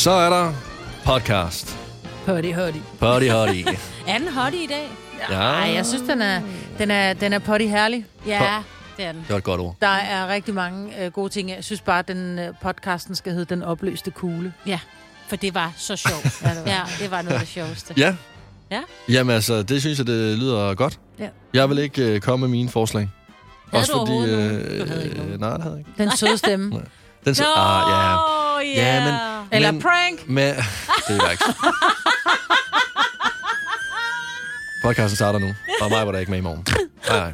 Så er der podcast. Hotty. Potty. Er den hotty i dag? Ja. Ej, jeg synes, den er potty herlig. Ja, det er den. Det var et godt ord. Der er rigtig mange gode ting. Jeg synes bare, at den podcasten skal hedde Den Opløste Kugle. Ja, for det var så sjovt. Det var noget af det sjoveste. Ja. Ja. Jamen altså, det synes jeg, det lyder godt. Ja. Jeg vil ikke komme med mine forslag. Havde du overhovedet nogen? Du havde ikke nogen. Nej, det havde jeg ikke. Den søde stemme. Den så, ja. Eller prank. Men, det er der ikke. Podcasten starter nu. Og mig var der ikke med i morgen. Nej.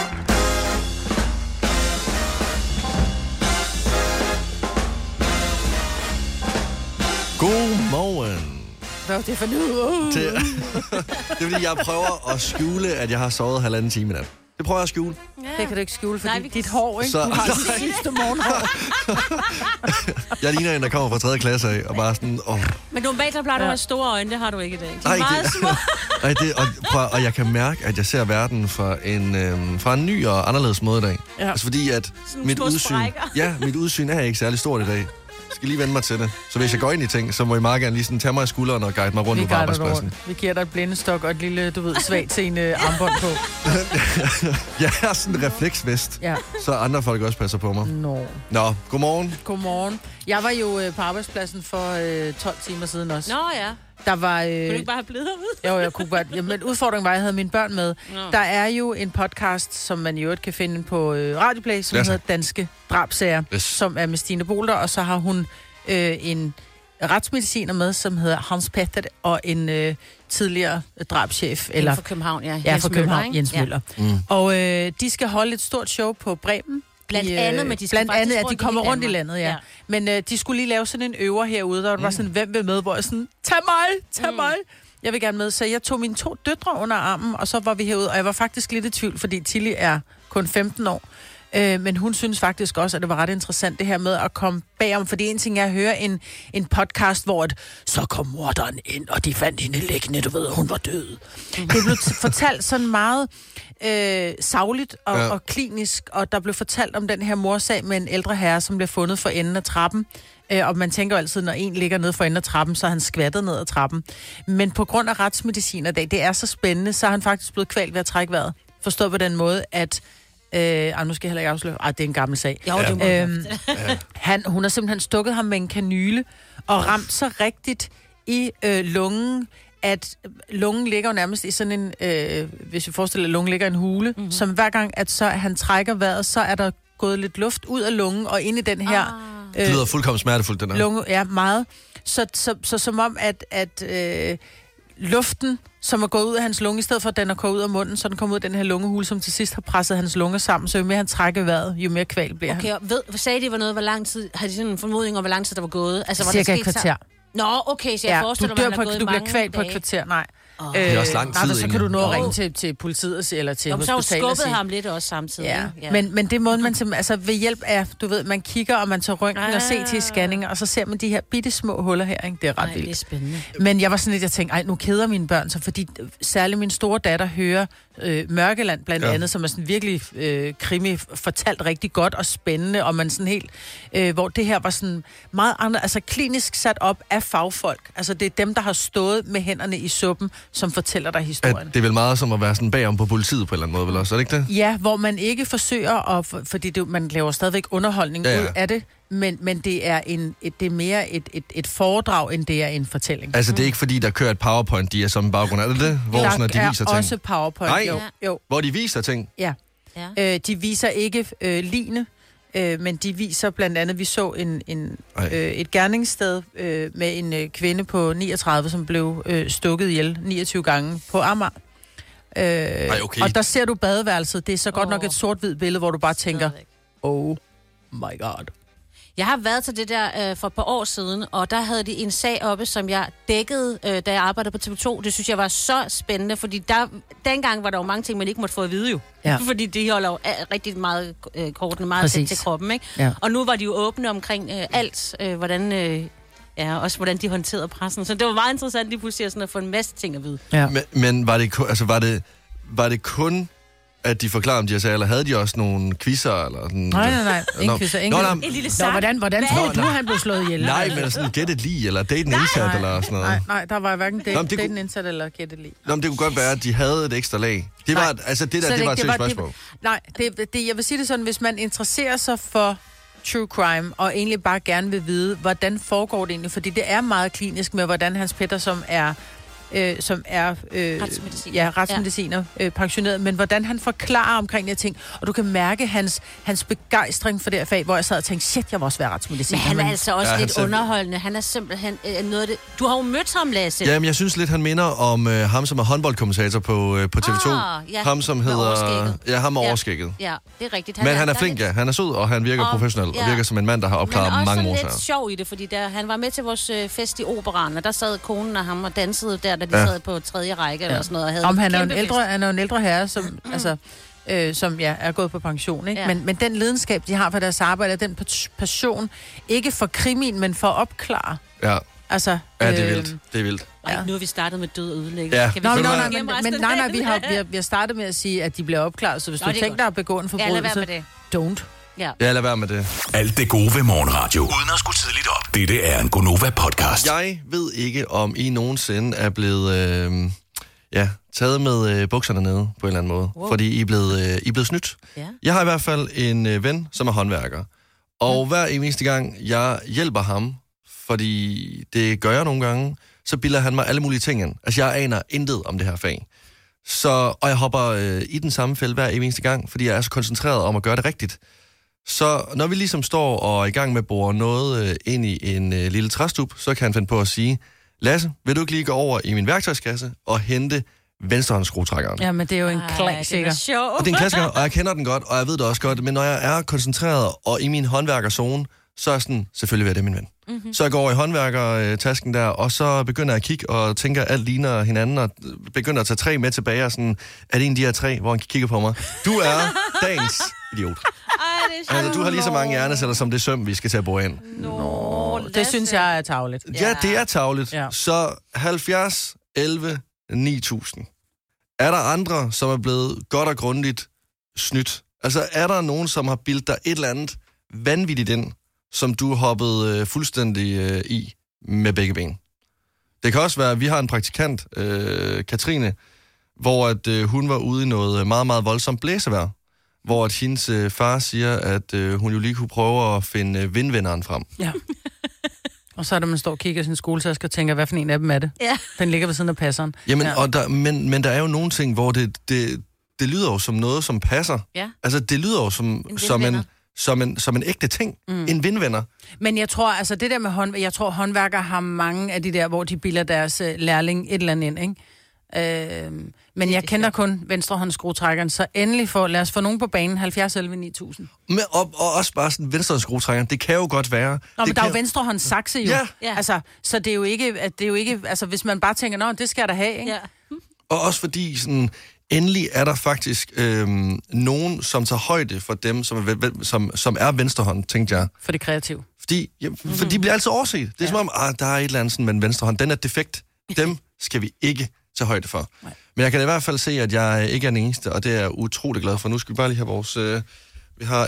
Godmorgen. Hvad er det for nu? Det er fordi, jeg prøver at skjule, at jeg har sovet 1,5 time i nat. Det prøver jeg at skjule. Ja. Det kan du ikke skjule, fordi Nej, dit hår, ikke? Så- Du har det sidste morgenhår. Jeg ligner en, der kommer fra 3. klasse af, og bare sådan, Men normalt der plejer du at have store øjne, det har du ikke i dag. De er Ej, meget små. og jeg kan mærke, at jeg ser verden fra en ny og anderledes måde i dag. Ja. Altså fordi, at Sådan små sprækker. mit udsyn er ikke særlig stort i dag. Jeg skal lige vende mig til det. Så hvis jeg går ind i ting, så må I meget gerne lige sådan tage mig i skulderen og guide mig rundt på arbejdspladsen. Vi giver dig et blindestok og et lille, svagt scene armbånd på. Jeg er sådan en refleksvest, Ja. så andre folk også passer på mig. Nå, godmorgen. Godmorgen. Jeg var jo på arbejdspladsen for 12 timer siden også. Nå ja. Der var... Kunne du ikke bare have blevet herude? Jo, jeg kunne godt. Jamen, udfordringen var, at jeg havde mine børn med. Nå. Der er jo en podcast, som man jo kan finde på Radioplay, som hedder Danske Drabsager, som er med Stine Bolter, og så har hun en retsmediciner med, som hedder Hans Petter, og en tidligere drabschef. Eller fra København, ja. Ja, fra København, Møller, Jens Møller. Mm. Og de skal holde et stort show på Bremen. Blandt andet, men de skal blandt andet, faktisk at de kommer rundt i Danmark. landet, ja. Men de skulle lige lave sådan en øver herude, der var sådan, hvem vil med, hvor jeg sådan, tag mig. Jeg vil gerne med, så jeg tog mine 2 døtre under armen, og så var vi herude, og jeg var faktisk lidt i tvivl, fordi Tilly er kun 15 år. Men hun synes faktisk også, at det var ret interessant, det her med at komme bagom, fordi en ting er at høre en podcast, hvor så kom morderen ind, og de fandt hende liggende, du ved, hun var død. Det blev fortalt sådan meget sagligt og klinisk, og der blev fortalt om den her morsag med en ældre herre, som blev fundet for enden af trappen. Og man tænker altid, når en ligger nede for enden af trappen, så er han skvattet ned ad trappen. Men på grund af retsmedicin i dag, det er så spændende, så er han faktisk blevet kvalt ved at trække vejret. Forstået på den måde, at nu skal jeg heller ikke afsløre. Det er en gammel sag. Jo, det må hun har simpelthen stukket ham med en kanyle og ramt så rigtigt i lungen, at lungen ligger jo nærmest i sådan en, hvis vi forestiller, at lungen ligger i en hule, som hver gang, at så han trækker vejret, så er der gået lidt luft ud af lungen, og ind i den her... Det lyder fuldkommen smertefuldt, den her. Lunge, ja, meget. Så som om, at luften, som er gået ud af hans lunge, i stedet for at den er gået ud af munden, så den kommer ud af den her lungehule, som til sidst har presset hans lunger sammen, så jo mere han trækker vejret, jo mere kval bliver han. Okay, sagde de, hvor lang tid, har de sådan en formodning om, hvor lang tid der var gået? Altså, var cirka der et kvarter. Nå, okay, så jeg forestiller mig, at han er gået du bliver mange kvalt på et dage. kvarter, nej. Det er også lang tid så kan du nå at ringe til politiet eller til så har jo hospitalet. skubbet ham lidt også samtidig. Ja. Ja. Men det måde, man simpelthen, altså ved hjælp af, du ved, man kigger, og man tager røntgen og CT-scanninger, og så ser man de her bitte små huller her, ikke? Det er ret vildt. Det er spændende. Men jeg var sådan lidt, jeg tænkte, nu keder mine børn sig, fordi særligt min store datter hører Mørkeland blandt andet, som er sådan virkelig krimi, fortalt rigtig godt og spændende, og man sådan helt, hvor det her var sådan meget andet, altså klinisk sat op af fagfolk. Altså det er dem, der har stået med hænderne i suppen, som fortæller dig historien. Det er vel meget som at være sådan bagom på politiet på en eller anden måde, vel også, er det ikke det? Ja, hvor man ikke forsøger, fordi man laver stadigvæk underholdning ud af det, men det er det er mere et foredrag, end det er en fortælling. Altså, det er ikke fordi, der kører et PowerPoint, de er som baggrund, er det det? Hvor der sådan, at de er viser ting? også PowerPoint, Nej, jo. Hvor de viser ting? Ja. De viser ikke ligene, men de viser blandt andet, vi så et gerningssted med en kvinde på 39, som blev stukket ihjel 29 gange på Amager. Okay. Og der ser du badeværelset. Det er så godt nok et sort-hvid billede, hvor du bare tænker, oh my god. Jeg har været til det der for et par år siden, og der havde de en sag oppe, som jeg dækkede, da jeg arbejdede på TV2. Det synes jeg var så spændende, fordi dengang var der jo mange ting, man ikke måtte få at vide jo. Ja. Fordi de holder jo rigtig meget kortene meget tæt til kroppen, ikke? Ja. Og nu var de jo åbne omkring alt, også hvordan de håndterede pressen. Så det var meget interessant lige pludselig sådan at få en masse ting at vide. Ja. Men var det kun at de forklarer om de her sager, eller havde de også nogle quizzer? Eller sådan, Nej. Ingen quizzer. En lille sang. Hvordan tror du, han blev slået ihjel? Nej, men sådan get it lige, eller date en indsat, eller sådan noget. Nej, der var hverken date en indsat, eller get it lige. Nå, men det kunne godt være, at de havde et ekstra lag. Det var, altså det der, det var et seriøst spørgsmål. Nej, jeg vil sige det sådan, hvis man interesserer sig for true crime, og egentlig bare gerne vil vide, hvordan foregår det egentlig, fordi det er meget klinisk med, hvordan Hans Petter, som er retsmediciner, pensioneret, men hvordan han forklarer omkring de her ting, og du kan mærke hans begejstring for det her fag, hvor jeg sad og tænkte, shit, jeg vil også være retsmediciner. Men han er altså også lidt underholdende. Han er simpelthen noget af det. Du har jo mødt ham, Lasse. Jamen, jeg synes lidt, han minder om ham, som er håndboldkommentator på TV2. Ja. Ham, som hedder... Ja, ham er overskægget. Ja, det er rigtigt. Men han er flink, ja. Han er sød, og han virker professionel, og virker som en mand, der har opklaret mange morsager. Men også lidt sjov i det, fordi han var med til vores fest i Operaen, og der sad konen og ham og dansede der, da de sad på tredje række eller sådan noget. Han er en ældre herre, som, som er gået på pension. Ikke? Ja. Men den lidenskab, de har for deres arbejde, den passion, ikke for krimin, men for at opklare. Ja. Altså, ja, det er vildt. Det er vildt. Ja. Nu har vi startet med død og ødelæggelse. Ja. Kan vi nej, vi har startet med at sige, at de bliver opklaret. Så hvis du tænker dig at begå en forbrydelse, don't. Ja, lad være med det. Alt det gode ved morgenradio. Uden at skulle tidligt op. Dette er en Gonova-podcast. Jeg ved ikke, om I nogensinde er blevet taget med bukserne nede på en eller anden måde. Wow. Fordi I er blevet snydt. Ja. Jeg har i hvert fald en ven, som er håndværker. Og hver eneste gang, jeg hjælper ham, fordi det gør jeg nogle gange, så bilder han mig alle mulige ting ind. Altså, jeg aner intet om det her fag. Og jeg hopper i den samme fælde hver eneste gang, fordi jeg er så koncentreret om at gøre det rigtigt. Så når vi ligesom står og er i gang med at bore noget ind i en lille træstup, så kan han finde på at sige, Lasse, vil du ikke lige gå over i min værktøjskasse og hente venstrehåndsskruetrækkeren? Ja, men det er jo en klassiker. Og det er en klassiker, og jeg kender den godt, og jeg ved det også godt, men når jeg er koncentreret og i min håndværkerzone, så er sådan, selvfølgelig vil jeg det, min ven. Mm-hmm. Så jeg går over i håndværkertasken der, og så begynder jeg at kigge og tænker, at alt ligner hinanden, og begynder at tage 3 med tilbage, og sådan, er det en af de her 3, hvor han kigger på mig? Du er dagens idiot. Altså, du har lige så mange hjerneceller, som det søm, vi skal til at bore ind. Det synes jeg er tarveligt. Ja, det er tarveligt. Ja. Så 70, 11, 9000. Er der andre, som er blevet godt og grundigt snydt? Altså, er der nogen, som har bildt dig et eller andet vanvittigt ind, som du hoppede fuldstændig i med begge ben? Det kan også være, at vi har en praktikant, Katrine, hvor at, hun var ude i noget meget, meget voldsomt blæsevejr, hvor at hendes far siger, at hun jo lige kunne prøve at finde vindvenderen frem. Ja. Og så er det, man står og kigger i sin skoletaske og tænker, hvad for en af dem er det? Ja. Den ligger ved siden af passeren. Jamen, ja. Men der er jo nogle ting, hvor det lyder jo som noget, som passer. Ja. Altså, det lyder jo som en ægte ting. En vindvender. Men jeg tror, altså det der med jeg tror, håndværkere har mange af de der, hvor de bilder deres lærling et eller andet ind, ikke? Men jeg kender kun venstrehåndsskruetrækkeren, så endelig lad os få nogen på banen, 70 11 9000. Men, og også bare sådan venstrehåndsskruetrækkeren, det kan jo godt være. Nå, men der er jo venstrehåndssakse jo. Ja. Altså, så det er jo ikke, altså hvis man bare tænker, nå, det skal jeg da have, ikke? Ja. Og også fordi sådan, endelig er der faktisk nogen, som tager højde for dem, som er venstrehånd, tænkte jeg. For det kreative. For de bliver altid overset. Det er som om, der er et eller andet sådan med en venstrehånd, den er defekt. Dem skal vi ikke tage højde for. Nej. Men jeg kan i hvert fald se, at jeg ikke er den eneste, og det er jeg utrolig glad for. Nu skal vi bare lige have vores... vi har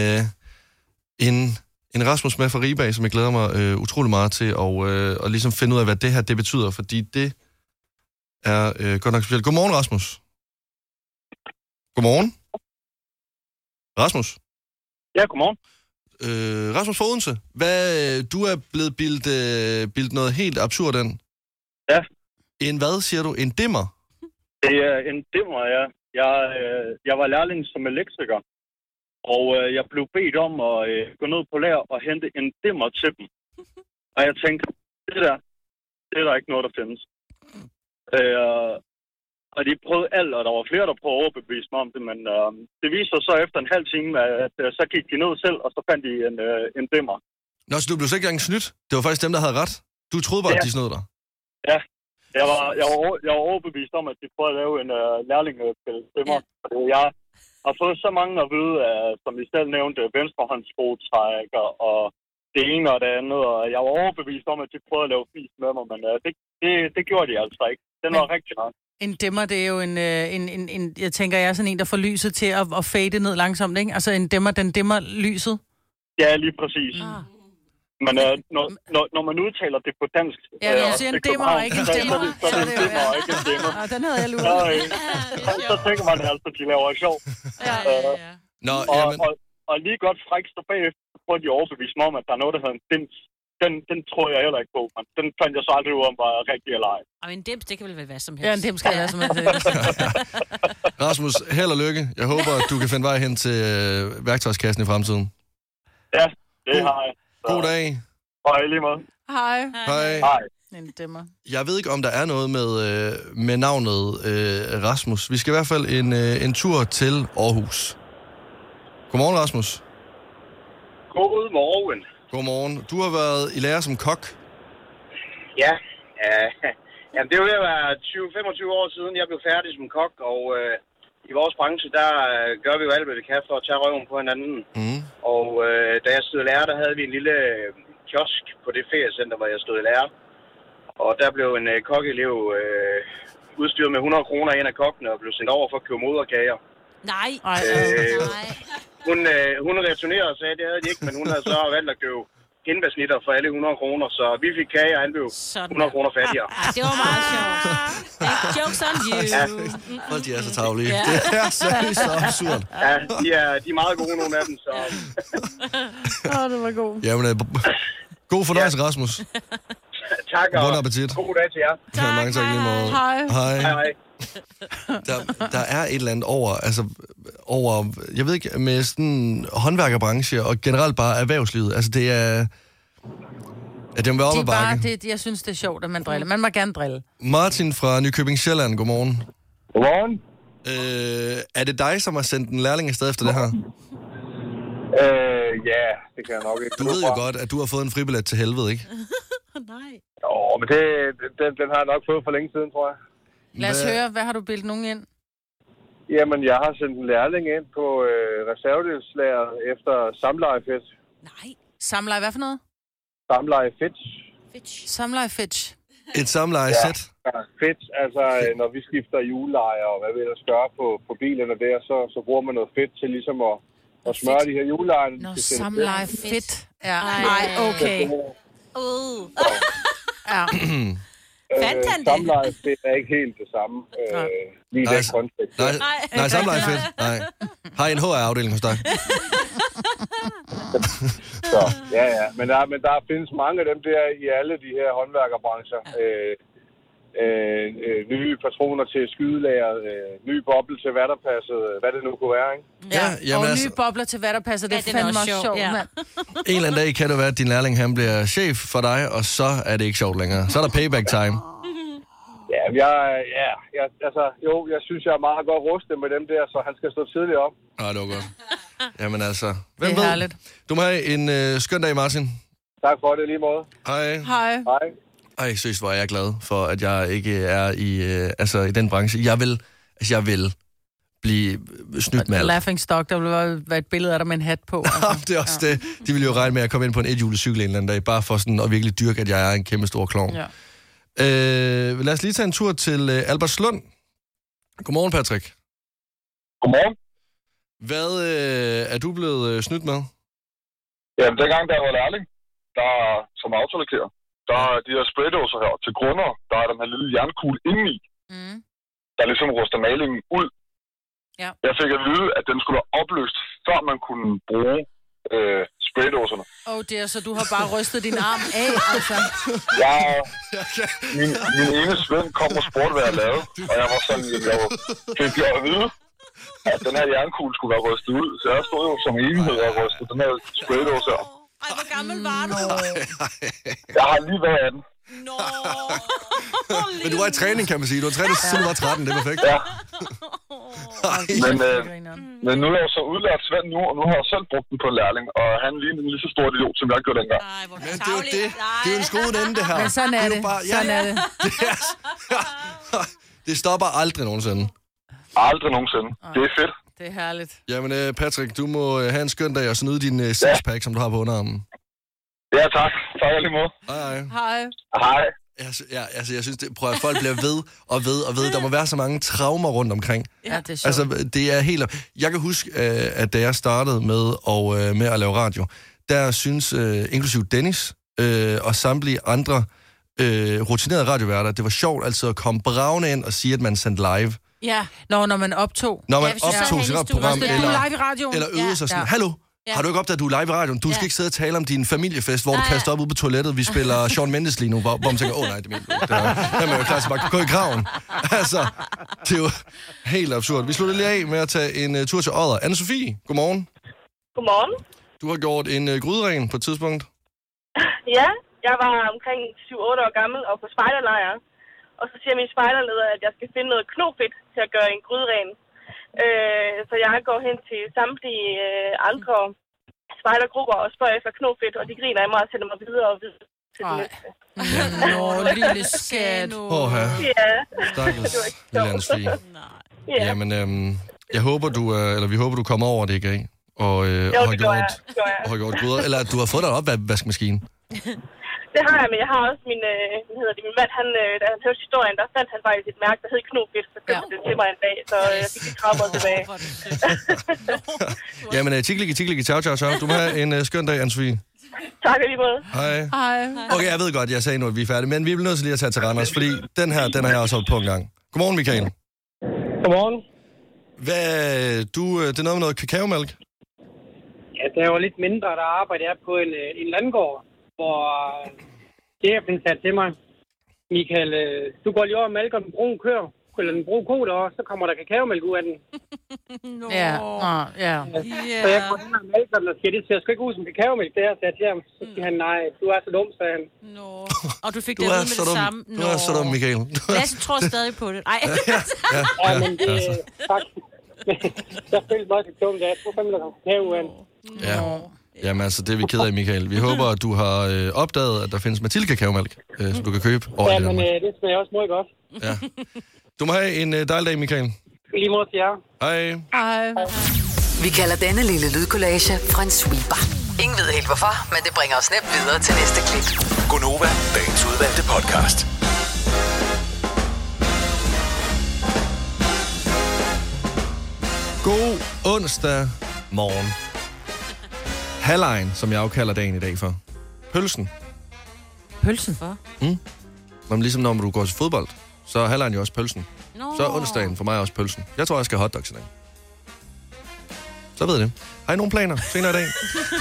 en Rasmus med fra Ribe, som jeg glæder mig utrolig meget til at ligesom finde ud af, hvad det her det betyder, fordi det er godt nok specielt. Godmorgen, Rasmus. Godmorgen. Rasmus. Ja, godmorgen. Rasmus fra Odense. Du er blevet bildt noget helt absurd ind. Ja. En hvad, siger du? En dimmer? Det er en dimmer, ja. Jeg var lærling som elektriker, og jeg blev bedt om at gå ned på lager og hente en dimmer til dem. Og jeg tænkte, det er der ikke noget, der findes. Og de prøvede alt, og der var flere, der prøvede at overbevise mig om det, men det viste sig så efter en halv time, at så gik de ned selv, og så fandt de en dimmer. Nå, så du blev så ikke engang snydt? Det var faktisk dem, der havde ret? Du troede bare, at de snød dig? Ja. Jeg var overbevist om, at de prøvede at lave en lærlingespil til mig. Jeg har fået så mange at vide, som vi selv nævnte, venstrehåndsskruetrækker og det ene og det andet. Og jeg var overbevist om, at de prøvede at lave fis med mig, men det gjorde de altså ikke. Den var rigtig nok. En dæmmer, det er jo jeg tænker, jeg er sådan en, der får lyset til at fade ned langsomt, ikke? Altså en dæmmer, den dæmmer lyset. Ja, lige præcis. Men når man udtaler det på dansk... Ja, jeg siger en dæmmer, ikke en dæmmer. Så er det en dæmmer, ikke en dæmmer. Ja, den havde jeg luret. Så tænker man altså, at de laver sjov. Ja. Nå, og lige godt fræk så bagefter, prøver de at overbevise mig om, at der er noget, der hedder en dims. Den tror jeg heller ikke på, men den fandt jeg så aldrig ud om, var rigtig eller ej. Og en dims, det kan vel være hvad som helst. Ja, en dims kan være som helst. Rasmus, held og lykke. Jeg håber, at du kan finde vej hen til værktøjskassen i fremtiden. Ja, det har jeg. God dag. Og i lige måde. Hej. Hej. En dæmmer. Jeg ved ikke, om der er noget med navnet Rasmus. Vi skal i hvert fald en tur til Aarhus. Godmorgen, Rasmus. Godmorgen. Godmorgen. Du har været i lære som kok. Ja, jamen det er jo ved at være 20-25 år siden, jeg blev færdig som kok, og i vores branche, der gør vi jo alt, hvad vi kan for at tage røven på hinanden. Og da jeg stod i lære, der havde vi en lille kiosk på det feriecenter, hvor jeg stod i lære. Og der blev en kokkeelev udstyret med 100 kroner ind af kokkene og blev sendt over for at købe moderkager. Nej. Hun returnerede og sagde, at det havde de ikke, men hun havde så valgt at købe hindbærsnitter for alle 100 kroner, så vi fik kage, og han blev 100 kroner fattigere. Det var meget sjovt. Jokes on you. Ja. Folk, de er så tavlige. Ja. Det er seriøst så absurd. Ja, de er meget gode, nogle af dem, så... Det var god. Jamen, god fornøjelse, Rasmus. Tak, og bon appetit. God dag til jer. Tak. Ja, mange tak lige måde. Hej. Der er et eller andet over, jeg ved ikke, med sådan håndværkerbranche og generelt bare erhvervslivet. Altså det er... Ja, det må være op ad bakke. Jeg synes, det er sjovt, at man driller. Man må gerne drille. Martin fra Nykøbing Sjælland, godmorgen. Godmorgen. Er det dig, som har sendt en lærling afsted efter det her? Ja, det kan jeg nok ikke. Du ved jo godt, at du har fået en fribillet til helvede, ikke? Nej. Men den har jeg nok fået for længe siden, tror jeg. Lad os høre, hvad har du bildt nogen ind? Jamen, jeg har sendt en lærling ind på reservedelslærer efter samlejefedt. Nej. Samleje, hvad for noget? Samlejefedt. Samleje-fetch. Et samlejesæt? Ja, fedt. Altså, når vi skifter hjullejer og hvad vi ellers gør på bilerne der, så bruger man noget fedt til ligesom at smøre de her hjullejer. Nå, samleje-fedt. Ja, nej, okay. Ja. Samlejefedt er ikke helt det samme. Lige i den kontekst. Nej, samlejefedt. Nej. Har I en HR-afdeling hos dig? Så, ja. Men der findes mange af dem der i alle de her håndværkerbrancher. Nye patroner til skydelager, nye boble til vatterpasset, hvad det nu kunne være, ikke? Ja, og nye bobler til vatterpasset, det er fandme også sjovt, mand. En eller anden dag kan det være, at din lærling han bliver chef for dig, og så er det ikke sjovt længere. Så er der payback time. Ja, jeg synes, jeg er meget godt rustet med dem der, så han skal stå tidligt op. Det var godt. Jamen altså, hvem det er herligt. Du må have en skøn dag, Martin. Tak for det, lige måde. Hej. Ej, seriøst, hvor er jeg glad for, at jeg ikke er i den branche. Jeg vil blive snydt med alt. Laughing stock, der ville være et billede af dig med en hat på. Altså. Det er også det. De ville jo regne med at komme ind på en ethjulet cykel en eller anden dag, bare for sådan at virkelig dyrke, at jeg er en kæmpe stor klovn. Ja. Lad os lige tage en tur til Albertslund. Godmorgen, Patrick. Godmorgen. Hvad er du blevet snydt med? Jamen, dengang der var lærling, der som autolakerer, der er de her spraydåser her til grunder, der er den her lille jernkugle indeni, der ligesom ruster malingen ud. Ja. Jeg fik at vide, at den skulle være opløst, før man kunne bruge spraydåserne. Det er så du har bare rystet din arm af, altså. Ja, min ene svend kom og spurgte, hvad jeg lavede, og jeg var sådan, jeg fik at vide, at den her jernkugle skulle være rystet ud, så jeg stod jo som enhed og rystede den her spraydåse her. Ej, hvor gammel var du? Jeg har lige været 18. Men du var i træning, kan man sige. Du var trænet, siden du var 13. Det er perfekt. Ja. Men nu er jeg så udlært Svend nu, og nu har jeg selv brugt den på en lærling, og han ligner en lige så stor idiot, som jeg gjorde dengang. Men det er jo det. Det er jo en skruen ende, det her. Men sådan er det. Sådan er det. Det stopper aldrig nogensinde. Aldrig nogensinde. Det er fedt. Det er herligt. Jamen, Patrick, du må have en skøn dag og så nyde din sixpack, som du har på underarmen. Ja, tak. Tak lige måde. Hej. Hej. Hej. Jeg synes, prøv at folk bliver ved og ved. Der må være så mange traumer rundt omkring. Ja, det er sjovt. Altså, det er helt... Jeg kan huske, at da jeg startede med at lave radio, der synes, inklusiv Dennis og samtlige andre rutinerede radioværter, det var sjovt altså at komme bravende ind og sige, at man sendte live. Ja, når man optog. Når man optog sit program, eller øvede sig sådan, hallo, har du ikke opdaget, at du er live i radioen? Du skal ikke sidde og tale om din familiefest, hvor du kaster op ude på toilettet. Vi spiller Shawn Mendes lige nu, hvor man tænker, nej, det er min blod. Der er man jo klar til bare gå i graven. Altså, det er jo helt absurd. Vi slutter lige af med at tage en tur til Odder. Anne-Sophie, godmorgen. Godmorgen. Du har gjort en gryderen på et tidspunkt. Ja, jeg var omkring 7-8 år gammel og på spejderlejr. Og så siger min spejderleder, at jeg skal finde noget knofedt til at gøre en gryderen. Så jeg går hen til samtlige andre spejdergrupper og spørger efter knofedt, og de griner af mig og sender mig videre og videre til det næste. Nå, lille skat. Ja. Stakkels lille Anne-Sophie. Jamen, vi håber, du kommer over det, ikke? Og har gjort gryder, eller at du har fået dig en opvaskemaskine. Det har jeg, men jeg har også min mand, da han hørte historien, der fandt han faktisk et mærke, der hed Knofedt, så købte det til mig en dag, så jeg fik det krabbet tilbage. Jamen, tikliki, ciao. Du må have en skøn dag, Anne-Sophie. Tak lige måde. Hej. Okay, jeg ved godt, jeg sagde nu, at vi er færdige, men vi bliver nødt til lige at tage til Randers, fordi den har jeg også holdt på en gang. Godmorgen, Michael. Godmorgen. Det er noget med noget kakaomælk? Ja, det er jo lidt mindre, der arbejder jeg på en landgård, hvor chefen sagde til mig, Michael, du går lige over og mælker den brune køer, eller den brune ko derovre, så kommer der kakaomælk ud af den. Ja. Så jeg går hen og mælker den og siger, det ser sgu ikke ud som kakaomælk, det her, sagde jeg til ham. Så siger han, nej, du er så dum, sagde han. Og du fik det ud med det samme. Du er så dum, Michael. Lasse tror stadig på det. Nej. Ja, men det er faktisk... Jeg følte mig også dumt, at jeg tror fandme, der kommer kakao ud af den. Ja. Jamen altså, det er vi ked af, Michael. Vi håber, at du har opdaget, at der findes Mathilde-kakaomælk, som du kan købe over men det smager også meget godt. Ja. Du må have en dejlig dag, Michael. Lige måde til jer. Hej. Vi kalder denne lille lydkollage en sweeper. Ingen ved helt hvorfor, men det bringer os nemt videre til næste klip. Gonova, dagens udvalgte podcast. God onsdag morgen. Halvlejen, som jeg jo kalder dagen i dag for. Pølsen. Pølsen? Men ligesom når du går til fodbold, så er halvlejen jo også pølsen. Så er onsdagen for mig også pølsen. Jeg tror, jeg skal have hotdogs i dag. Så ved jeg det. Har I nogle planer senere i dag?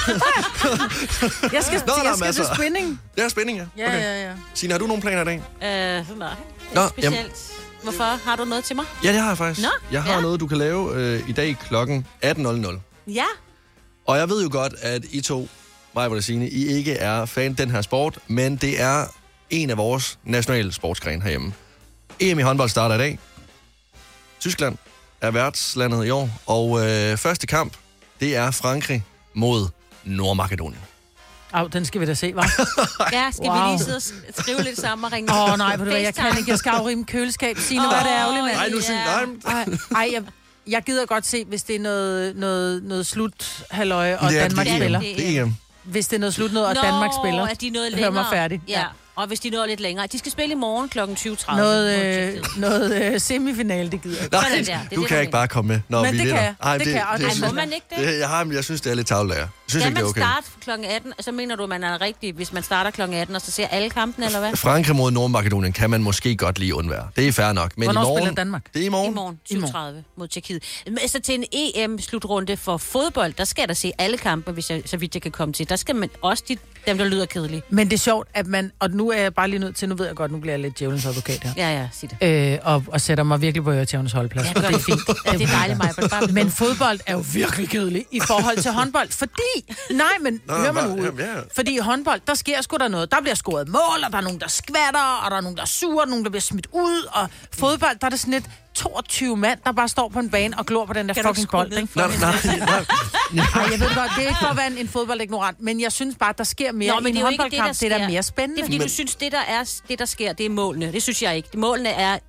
Jeg skal til spinning. Det er spinning, ja. Okay. Ja. Signe, har du nogle planer i dag? Nej. Specielt. Hvorfor? Har du noget til mig? Ja, det har jeg faktisk. Nå? Jeg har noget, du kan lave i dag klokken 18.00. Ja. Og jeg ved jo godt, at I to, mig og Signe, I ikke er fan af den her sport, men det er en af vores nationale sportsgrene herhjemme. EM i håndbold starter i dag. Tyskland er værtslandet i år, og første kamp, det er Frankrig mod Nordmakedonien. Den skal vi da se, hva'? Ja, skal vi lige sidde og skrive lidt sammen og ringe? Nej, ved du hvad, jeg kan ikke. Jeg skal afrime køleskab. Signe, hvad er det ærgerligt, mand? Nej, jeg gider godt se, hvis det er noget slut-halløj, og Danmark spiller. Det er EM. Hvis det er noget slut noget, og Danmark spiller. At de er noget længere. Hør mig færdig. Ja. Og hvis de når lidt længere. De skal spille i morgen kl. 20.30. Noget semifinale, det gider jeg. Nej, du kan ikke bare komme med, når men vi vinder. Men det kan jeg. Må man ikke det? Jeg synes, det er lidt tavlelærer. Skal man starte kl. 18, så mener du, at man er rigtig, hvis man starter kl. 18, og så ser alle kampene, eller hvad? Frankrig mod Nordmakedonien kan man måske godt lige undvære. Det er fair nok. Men hvornår i morgen, spiller Danmark? Det er i morgen. I morgen 20.30 mod Tjekkiet. Så til en EM-slutrunde for fodbold, der skal der se alle kampe, så vidt jeg kan komme til. Der skal man også dem, der lyder kedelige. Men det er sjovt, at man, og nu er jeg bare lige nødt til, nu ved jeg godt, nu bliver jeg lidt djævelens advokat her. Ja, sig det. Og sætter mig virkelig på øretævnens holdplads. Ja, det er fint. Ja, det er dejligt, mig. Men fodbold er jo virkelig kedelig i forhold til håndbold, fordi... hør mig nu. Fordi i håndbold, der sker sgu der noget. Der bliver scoret mål, og der er nogen, der skvatter, og der er nogen, der er sure, og nogen, der bliver smidt ud, og fodbold, der er det sådan lidt 22 mand, der bare står på en bane og glor på den der fucking bold, ikke? Nej. Jeg ved godt, det er ikke for at være en fodboldignorant, men jeg synes bare, der sker mere i en håndboldkamp. Det er da mere spændende. Det er fordi, du synes, det der sker, det er målene. Det synes jeg ikke. Målene er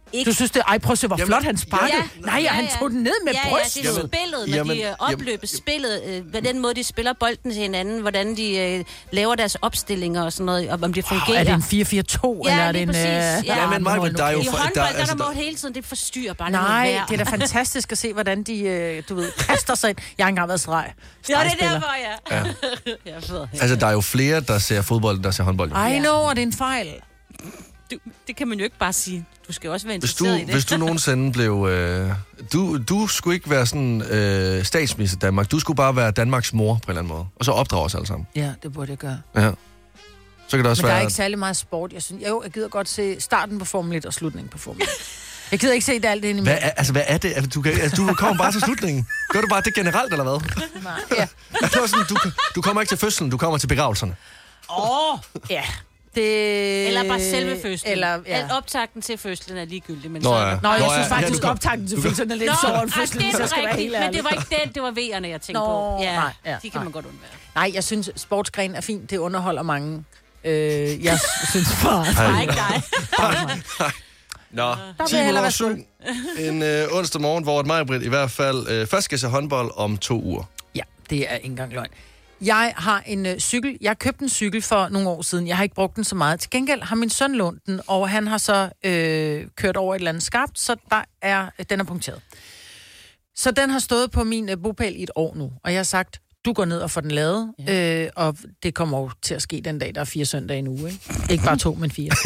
Du synes, det prøv at se, hvor flot han sparkede. Ja. Nej, han tog den ned med brystet. Ja, det er spillet, når de opløber spillet. På den måde, de spiller bolden til hinanden, hvordan de laver deres opstillinger og sådan noget, og om det fungerer. Er det en 4-4-2, eller er det en... Ja, men Michael, der er jo... I håndbold, der må hele tiden, det forstyrrer bare. Nej, det er da fantastisk at se, hvordan de, du ved, kaster sig ind. Jeg har ikke engang været streg. Ja, det er derfor, ja. Altså, der er jo flere, der ser fodbold, end der ser håndbold. I know, og det er en fejl. Det kan man jo ikke bare sige. Du skal jo også være interesseret i det. Hvis du nogensinde blev... Du skulle ikke være sådan statsminister i Danmark. Du skulle bare være Danmarks mor på en eller anden måde. Og så opdrage os alle sammen. Ja, det burde jeg gøre. Ja. Så kan det også Men være... der er ikke særlig meget sport. Jeg gider godt se starten på Formel 1 og slutningen på Formel 1. Jeg gider ikke se det alt ind i hvad er det? Du kommer bare til slutningen. Gør du bare det generelt, eller hvad? Nej, ja. Du kommer ikke til fødslen, du kommer til begravelserne. Ja. Det... Eller bare selve fødslen. Eller, optakten til fødslen er ligegyldig. Men jeg synes faktisk, optakten til fødslen er lidt sjovere end fødslen, så skal være helt ærlig. Men det var ikke den, det var V'erne, jeg tænkte på. Ja, de kan man godt undvære. Nej, jeg synes, sportsgren er fint. Det underholder mange. Jeg synes bare... Nej, ikke dig. Nå, 10:07 en onsdag morgen, hvor Maj-Brit i hvert fald først skal se håndbold om 2 uger. Ja, det er ikke engang løgn. Jeg har en cykel. Jeg købte en cykel for nogle år siden. Jeg har ikke brugt den så meget. Til gengæld har min søn lånt den, og han har så kørt over et eller andet skarpt, så den er punkteret. Så den har stået på min bopæl i et år nu, og jeg har sagt, du går ned og får den lavet, og det kommer jo til at ske den dag, der er 4 søndage i en uge. Ikke bare 2, men 4.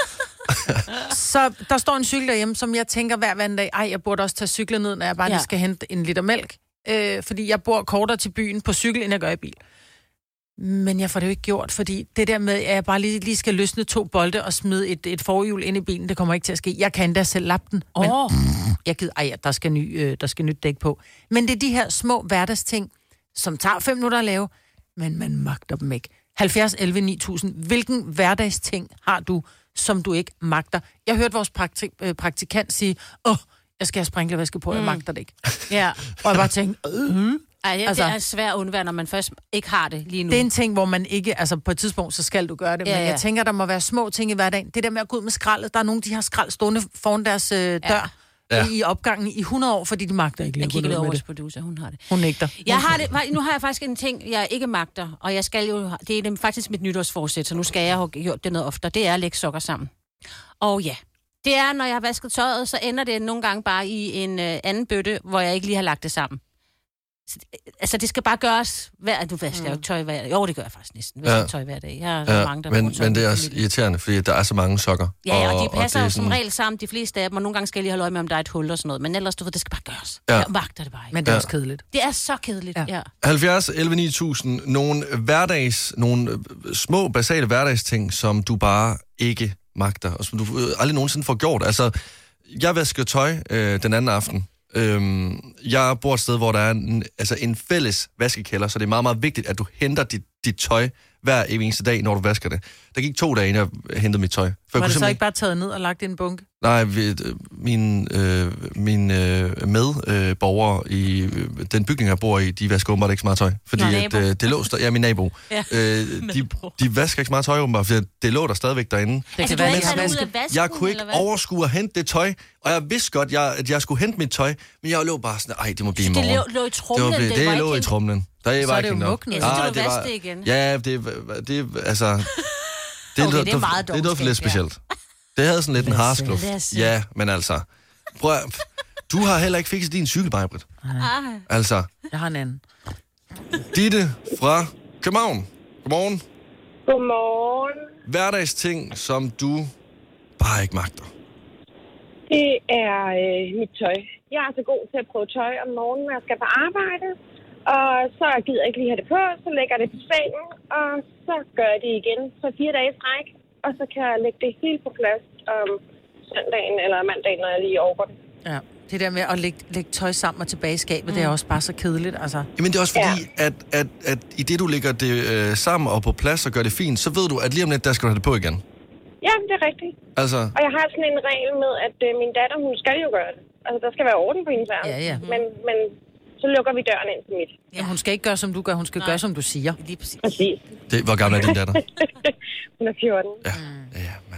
Så der står en cykel derhjemme, som jeg tænker hver anden dag, jeg burde også tage cyklen ned, når jeg bare lige skal hente en liter mælk. Fordi jeg bor kortere til byen på cykel, end jeg gør i bil. Men jeg får det jo ikke gjort, fordi det der med, at jeg bare lige skal løsne 2 bolde og smide et forhjul ind i bilen, det kommer ikke til at ske. Jeg kan endda selv lappe den. Men jeg gider, der skal nyt dæk på. Men det er de her små hverdagsting, som tager 5 minutter at lave, men man magter dem ikke. 70 11 9000. Hvilken hverdagsting har du, som du ikke magter? Jeg hørte vores praktikant sige, jeg skal have sprinklervæske på, jeg magter det ikke. Ja. Og jeg bare tænkte, det er svært at undvære, når man først ikke har det lige nu. Det er en ting, hvor man ikke, altså på et tidspunkt, så skal du gøre det, men jeg tænker, der må være små ting i hverdagen. Det der med at gå ud med skraldet, der er nogen, de har skrald stående foran deres dør i opgangen i 100 år, fordi de magter ikke lige at gå ud med det. Jeg producer, hun har det. Hun nægter. Nu har jeg faktisk en ting, jeg ikke magter, og jeg skal jo, det er faktisk mit nytårsforsæt, så nu skal jeg have gjort det noget oftere. Det er at lægge sokker sammen. Og det er, når jeg har vasket tøjet, så ender det nogle gange bare i en anden bøtte, hvor jeg ikke lige har lagt det sammen. Altså, det skal bare gøres du vasker jo ikke tøj hver dag. Jo, det gør jeg faktisk næsten. Jeg vasker tøj hver dag. Jeg har mange, der men det er også irriterende, fordi der er så mange sokker. Ja, og de passer jo som regel sammen, de fleste af dem, og nogle gange skal jeg lige holde øje med, om der er et hul og sådan noget. Men ellers, det skal bare gøres. Jeg magter det bare ikke. Men det er også kedeligt. Det er så kedeligt, 70 11 9000. Nogle små, basale hverdagsting, som du bare ikke magter, og som du aldrig nogensinde får gjort. Altså, jeg vasker tøj den anden aften. Jeg bor et sted, hvor der er en fælles vaskekælder, så det er meget, meget vigtigt, at du henter dit tøj hver eneste dag, når du vasker det. Der gik 2 dage, inden jeg hentede mit tøj. Var det så ikke bare taget ned og lagt i en bunke? Nej, min medborgere i den bygning, jeg bor i, de vasker åbenbart ikke så meget tøj. Fordi det lå min nabo. Ja. De vasker ikke så meget tøj åbenbart, fordi det lå der stadigvæk derinde. Jeg kunne ikke overskue at hente det tøj, og jeg vidste godt, at jeg skulle hente mit tøj, men jeg lå bare sådan, det må blive i morgen. Det lå i tromlen. Det lå i tromlen. Så er det jo mugnet. Jeg synes, du vaske det igen. Ja, det altså... Det er noget for lidt specielt. Det havde sådan lidt en harsklub. Ja, men altså... Prøv at, du har heller ikke fikset din cykel, Maj-Brit. Altså... Jeg har en anden. Ditte fra København. Godmorgen. Godmorgen. Hverdagsting, som du bare ikke magter. Det er mit tøj. Jeg er så god til at prøve tøj om morgenen, når jeg skal på arbejde. Og så gider jeg ikke lige have det på, så lægger jeg det på sengen, og så gør jeg det igen. Så 4 dage stræk, og så kan jeg lægge det helt på plads om søndagen eller mandagen, når jeg lige overgår det. Ja, det der med at lægge tøj sammen og tilbage i skabet, det er også bare så kedeligt, altså. Jamen det er også fordi, at i det du lægger det sammen og på plads og gør det fint, så ved du, at lige om lidt, der skal du have det på igen. Ja, det er rigtigt. Altså... Og jeg har sådan en regel med, at min datter, hun skal jo gøre det. Altså, der skal være orden på hendes værelse. Ja. Men så lukker vi døren ind til mit. Ja, hun skal ikke gøre, som du gør. Hun skal gøre, som du siger. Lige præcis. Præcis. Hvor gammel er din datter? Hun er 14. Ja, men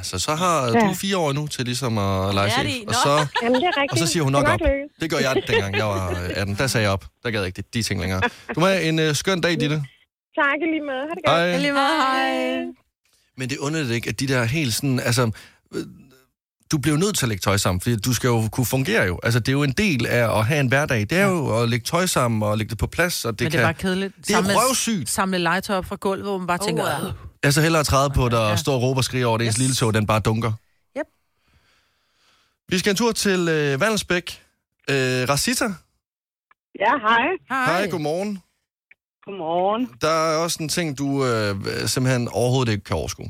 så har du 4 år nu til ligesom at lege chef. Jamen, det er rigtigt. Og så siger hun nok op. Det gør jeg, dengang jeg var 18. Der sagde jeg op. Der gad jeg ikke de ting længere. Du må have en skøn dag, Ditte. Tak, lige med. Ha' det godt. Hej. Lige meget, hej. Men det undrer det ikke, at de der helt sådan... Altså, du bliver nødt til at lægge tøj sammen, fordi du skal jo kunne fungere jo. Altså, det er jo en del af at have en hverdag. Det er jo at lægge tøj sammen og lægge det på plads. Og Men det er bare kedeligt. Det er røvsygt. Samle legetøj op fra gulvet, hvor man bare tænker... Jeg så hellere træde på, der står og råber og skriger over det ens lille tog, den bare dunker. Yep. Vi skal en tur til Vandelsbæk. Racita? Ja, hej. Hej, godmorgen. Godmorgen. Der er også en ting, du simpelthen overhovedet ikke kan overskue.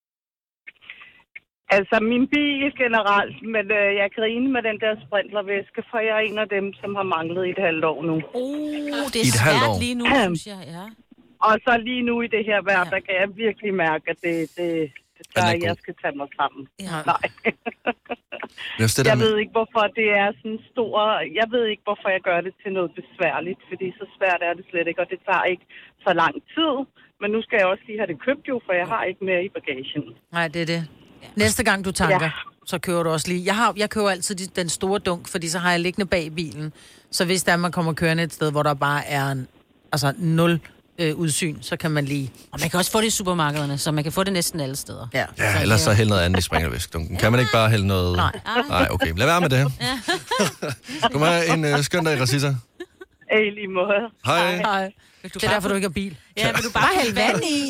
Altså, min bil generelt, men jeg griner med den der sprinklervæske, for jeg er en af dem, som har manglet i et halvt år nu. Det er svært lige nu, synes jeg, ja. Og så lige nu i det her vejr, der kan jeg virkelig mærke, at jeg skal tage mig sammen. Ja. Nej. Jeg ved ikke, hvorfor det er sådan stor... Jeg ved ikke, hvorfor jeg gør det til noget besværligt, fordi så svært er det slet ikke, og det tager ikke så lang tid. Men nu skal jeg også lige have det købt jo, for jeg har ikke mere i bagagen. Nej, det er det. Næste gang du tanker, så kører du også lige... Jeg køber altid den store dunk, fordi så har jeg liggende bag bilen. Så hvis der man kommer kørende et sted, hvor der bare er nul udsyn, så kan man lige... Og man kan også få det i supermarkederne, så man kan få det næsten alle steder. Ja, ellers så hælde noget andet i springervæskedunken. Kan man ikke bare hælde noget... Nej, okay. Lad være med det. Du må have en skøn dag, Racita. I lige måde. Hej. Det er derfor, du ikke har bil. Ja, men du bare hælde vand i.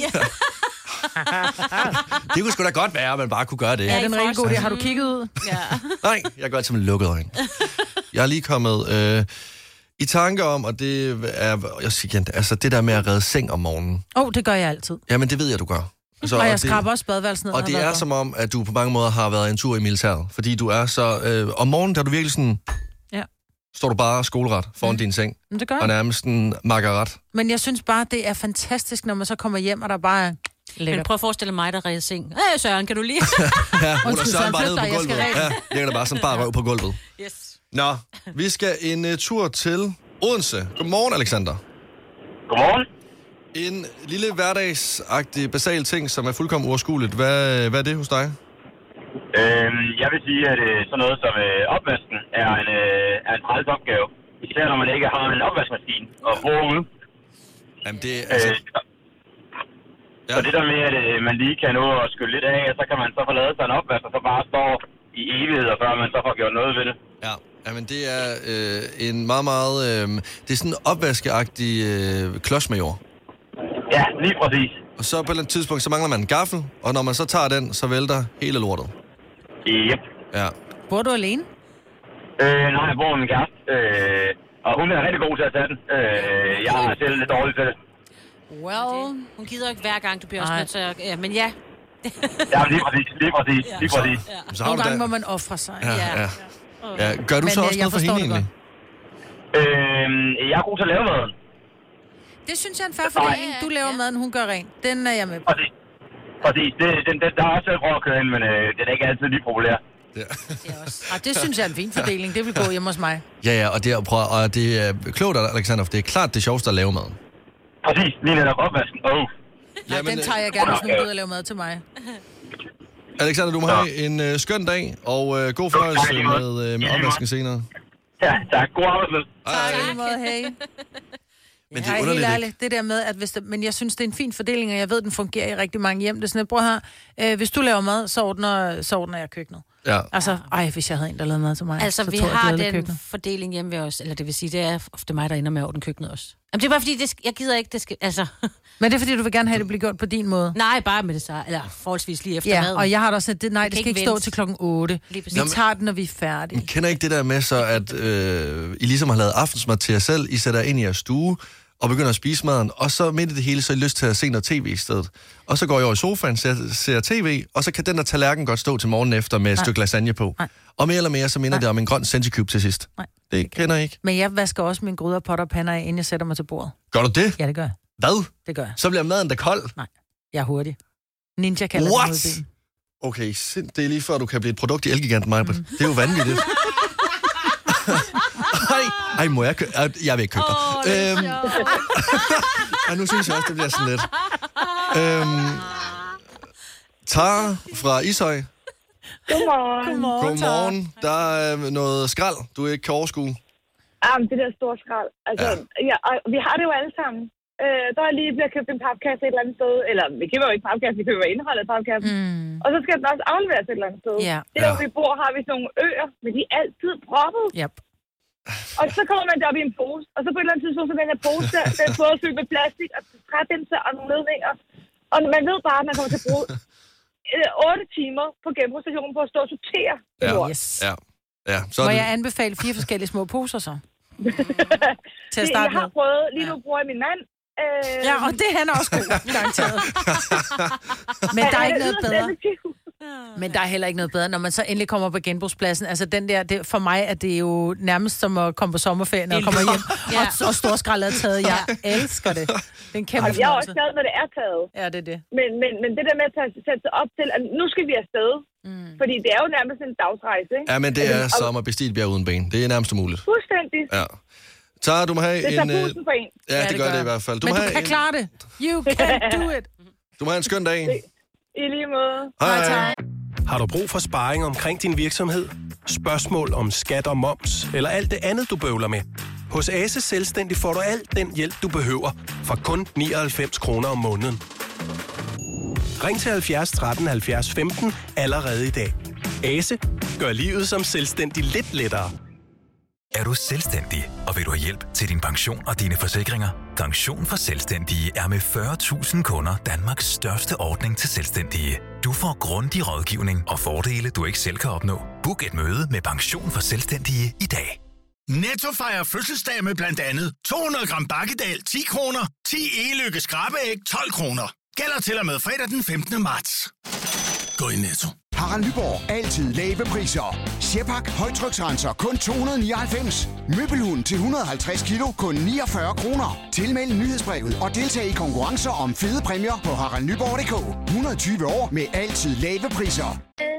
Det kunne sgu da godt være, at man bare kunne gøre det. Ja, den er rigtig god. Har du kigget ud? Ja. Nej, jeg gør altid med lukket øjne. Jeg er lige kommet i tanke om, og det er, jeg siger igen, altså det der med at redde seng om morgenen. Det gør jeg altid. Jamen, det ved jeg, du gør. Så, og jeg skraber også badeværelsen ned. Og det er som om, at du på mange måder har været en tur i militæret. Fordi du er så... om morgenen, der er du virkelig sådan... Ja. Står du bare skoleret foran din seng. Men det gør og nærmest en makkerret. Men jeg synes bare, det er fantastisk, når man så kommer hjem, og der bare er lækkert. Men prøv at forestille mig, der redder seng. Søren, kan du lige? Ja, hun er Søren bare nede på gulvet. Ja, ligger der bare sådan bare røv på gulvet. Yes. Nå, vi skal en tur til Odense. Godmorgen, Alexander. Godmorgen. En lille hverdagsagtig, basal ting, som er fuldkommen uoverskueligt. Hvad er det hos dig? Jeg vil sige, at sådan noget som opvasken er en træls opgave. Især når man ikke har en opvaskemaskine og bruger ude. Jamen det er... Altså... Så det der med, at man lige kan nå at skylle lidt af, og så kan man så få lavet sig en opvask, og så bare står i evigheder, før man så får gjort noget ved det. Ja, men det er en meget, meget... det er sådan en opvaskeagtig klodsmajor. Ja, lige præcis. Og så på et eller andet tidspunkt, så mangler man en gaffel, og når man så tager den, så vælter hele lortet. Yep. Ja. Bor du alene? Nej, jeg bor med min kæreste. Og hun er rigtig god til at tage den. Jeg er selv lidt dårlig til det. Well, hun gider ikke hver gang, du bliver også nødt til at... Ja, men ja. Ja, lige præcis. Så har nogle du gange må man ofre sig. Ja. Gør du så også noget for hende egentlig? Jeg er god til at lave maden. Det synes jeg er en fair fordeling. Du laver maden, hun gør rent. Den er jeg med på. Præcis. Der er også selv prøvet at køre ind, men det er ikke altid lige populær. Ja. Det synes jeg er en fin fordeling. Det vil gå hjemme hos mig. Ja, og det er klogt, Alexander, for det er klart det sjoveste at lave maden. Præcis, lige netop opvasken. Ja, den tager jeg gerne, hvis nogen gider at lave mad til mig. Alexander, du må have en skøn dag, og god fornøjelse med opvasken senere. Ja, tak. God arbejdsmøde. Tak, måde, hey. Men det er helt ærligt, det der med, at men jeg synes, det er en fin fordeling, og jeg ved, den fungerer i rigtig mange hjem. Det er sådan, prøv her, hvis du laver mad, så ordner jeg køkkenet. Ja. Altså, hvis jeg havde en, der lavede mad til mig. Altså, vi har den fordeling hjemme ved os, eller det vil sige, det er ofte mig, der ender med at ordne køkkenet også. Jamen, det er bare fordi, jeg gider ikke, det skal, altså... Men det er fordi, du vil gerne have det blive gjort på din måde? Nej, bare med det så, eller forholdsvis lige efter maden. Og jeg har da også sagt, det skal ikke stå til 8. Vi tager den, når vi er færdige. I kender ikke det der med så, at I ligesom har lavet aftensmad til jer selv, I sætter ind i jeres stue, og begynder at spise maden, og så midt i det hele, så er I lyst til at se noget tv i stedet. Og så går jeg over i sofaen, ser tv, og så kan den der tallerken godt stå til morgenen efter med et stykke lasagne på. Nej. Og mere eller mere, så minder det om en grøn Centicube til sidst. Nej. Det kender I ikke. Men jeg vasker også mine gryder, potter og pander af, inden jeg sætter mig til bordet. Gør du det? Ja, det gør jeg. Hvad? Det gør jeg. Så bliver maden da kold? Nej, jeg er hurtig. Ninja kalder det. Okay, det er lige før, du kan blive et produkt i Elgiganten, Majbert. Det er jo vanvittigt. Ej, må jeg købe? Jeg vil ikke købe dig. Nu synes jeg også, det bliver sådan lidt. Tara fra Ishøj. Godmorgen. Der er noget skrald, du ikke kan overskue. Men det der store skrald. Altså, vi har det jo alle sammen. Der er lige bliver købt en papkasse et eller andet sted. Eller vi køber jo ikke papkasse, vi køber indholdet af papkassen. Og så skal den også afleveres et eller andet sted. Der hvor vi bor, har vi sådan nogle øer, men de er altid proppet. Og så kommer man derop i en pose. Og så på et eller andet tidspunkt, så den her pose der, den er både fyldt med plastik og trædinser og nogle ledninger. Og man ved bare, at man kommer til at bruge 8 timer på genbrugsstationen på at stå og sortere. Ja. Må jeg anbefale 4 forskellige små poser så? Til at starte jeg har prøvet, lige nu bruger jeg min mand. Ja, og det han er også god, garanteret. Men der er ikke noget bedre. Men der er heller ikke noget bedre, når man så endelig kommer på genbrugspladsen. Altså den der, for mig er det jo nærmest som at komme på sommerferien og komme hjem, og storskraldet er taget. Jeg elsker det. Det er en kæmpe fornøjelse. Jeg er også glad, når det er taget. Ja, det er det. Men det der med at sætte sig op til, at nu skal vi afsted. Fordi det er jo nærmest en dagsrejse, ikke? Ja, men det er som at bestige et bjerg uden ben. Det er nærmest umuligt. Fuldstændig. Ja. Så du må have det tager pusten på en. Ja, det gør det i hvert fald. Men du kan klare det. You can do it. Du må have en skøn dag. I lige måde. Hej. Har du brug for sparring omkring din virksomhed? Spørgsmål om skat og moms, eller alt det andet, du bøvler med? Hos Ase Selvstændig får du alt den hjælp, du behøver, for kun 99 kroner om måneden. Ring til 70 13 70 15 allerede i dag. Ase gør livet som selvstændig lidt lettere. Er du selvstændig, og vil du have hjælp til din pension og dine forsikringer? Pension for Selvstændige er med 40.000 kunder Danmarks største ordning til selvstændige. Du får grundig rådgivning og fordele, du ikke selv kan opnå. Book et møde med Pension for Selvstændige i dag. Netto fejrer fødselsdag med blandt andet 200 gram bakkedal 10 kroner, 10 e-lykke skrabeæg 12 kroner. Gælder til og med fredag den 15. marts. Gå i Netto. Harald Nyborg. Altid lave priser. Sjehpak højtryksrenser kun 299. Møbelhund til 150 kilo kun 49 kroner. Tilmeld nyhedsbrevet og deltag i konkurrencer om fede præmier på haraldnyborg.dk. 120 år med altid lave priser.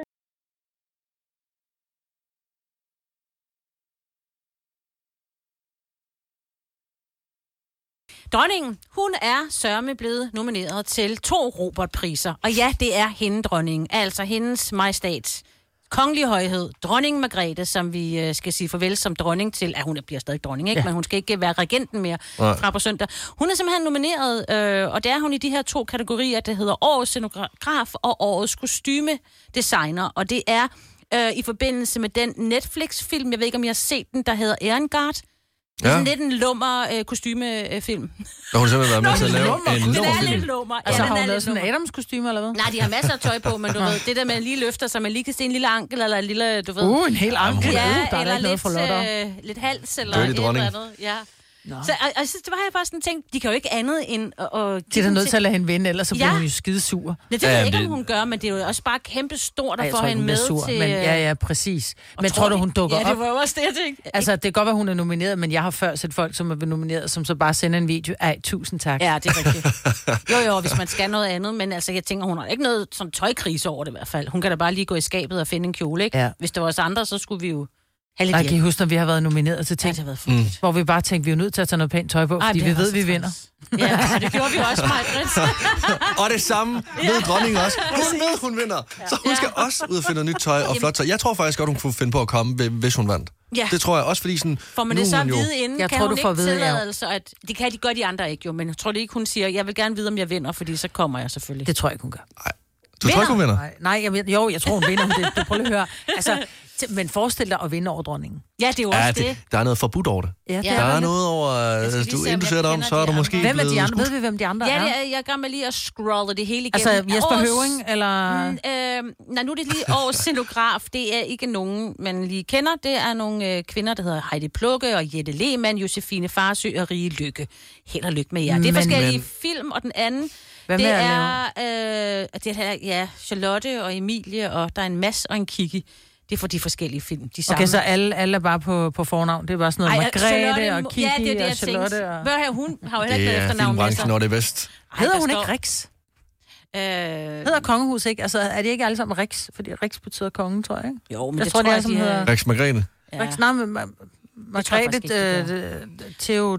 Dronningen, hun er sørme blevet nomineret til 2 Robert-priser. Og ja, det er hende, dronningen. Altså hendes majestæt. Kongelig højhed, dronning Margrethe, som vi skal sige farvel som dronning til. Ja, hun bliver stadig dronning, ikke? Ja. Men hun skal ikke være regenten mere fra på søndag. Hun er simpelthen nomineret, og det er hun i de her 2 kategorier, der hedder Årets Scenograf og Årets Kostymedesigner. Og det er i forbindelse med den Netflix-film, jeg ved ikke, om I har set den, der hedder Erengard. Det er sådan lidt en lummer kostymefilm. Nå, hun har simpelthen været med til at lave en lummerfilm. Den er lidt lummer. Altså har hun lavet sådan en Adams-kostyme, eller hvad? Nej, de har masser af tøj på, men du ved, det der med lige løfter, så man lige kan se en lille ankel, eller en lille, du ved... en hel ankel. Ja, der er eller noget lidt, lidt hals, eller et eller andet. Ja. Så jeg synes, det var jeg bare sådan tænkt, de kan jo ikke andet end... De er da nødt til at lade hende vinde, ellers så bliver hun jo skidesur. Det ved jeg ikke, om hun gør, men det er jo også bare kæmpe stort at få hende med til... Men, ja, præcis. Men tror du, hun dukker op? Ja, det var jo også det, jeg tænkte. Altså, det kan godt være, hun er nomineret, men jeg har før set folk, som er nomineret, som så bare sender en video. Ej, tusind tak. Ja, det er rigtigt. Jo, hvis man skal noget andet, men altså, jeg tænker, hun har ikke noget sådan tøjkrise over det i hvert fald. Hun kan da bare lige gå i skabet og finde en kjole, ikke? Ja. Hvis det var os andre, så skulle vi jo... Nej, kan I huske, når vi har været nomineret til ting, hvor vi bare tænkte, vi er nødt til at tage noget pænt tøj på, fordi vi ved, vi vinder. Ja, og det gjorde vi også, Maj-Brit. Og det samme ved dronningen også. Hun ved, hun vinder. Så hun skal også ud og finde nyt tøj og flot tøj. Jeg tror faktisk godt, hun kunne finde på at komme, hvis hun vandt. Ja. Det tror jeg også, fordi sådan... Får man det så at vide inden? Jeg kan tror, hun du får ikke vide, tilladelse, at det kan de godt de andre ikke jo, men jeg tror det ikke, hun siger, jeg vil gerne vide, om jeg vinder, fordi så kommer jeg selvfølgelig. Det tror jeg ikke, hun gør. Nej. Du tror ikke, hun vinder? Nej, jeg tror, hun vinder. Du prøver at høre. Altså, men forestil dig at vinde over dronningen. Ja, det er jo også det. Der er noget forbudt over det. Ja, der er noget over... Inden du sætter om, så er du måske Hvem er de andre? Ved vi, hvem de andre er? Ja, jeg gør mig lige at scrolle det hele igennem. Altså Jesper Høving, eller... Nej, nu er det lige årets scenograf. Det er ikke nogen, man lige kender. Det er nogle kvinder, der hedder Heidi Plukke og Jette Lehmann, Josefine Farsø og Rie Lykke. Held og lykke med jer. Det er forskellige film, og den anden... Det er Charlotte og Emilie, og der er en Mads og en Kiki. Det er for de forskellige film. De okay, så alle er bare på fornavn. Det er bare sådan noget Margrethe og Kiki og Charlotte. Og... Hun har jo heller ikke efternavn med sig. Det er filmbranchen, når det er vest. Hedder hun ikke Rix? Hedder Kongehus ikke? Altså, er det ikke alle sammen Rix? Fordi Rix betyder konge, tror jeg, ikke? Jo, men jeg tror, det er, som hedder... Rix Margrethe? Rix, nej, Margrethe,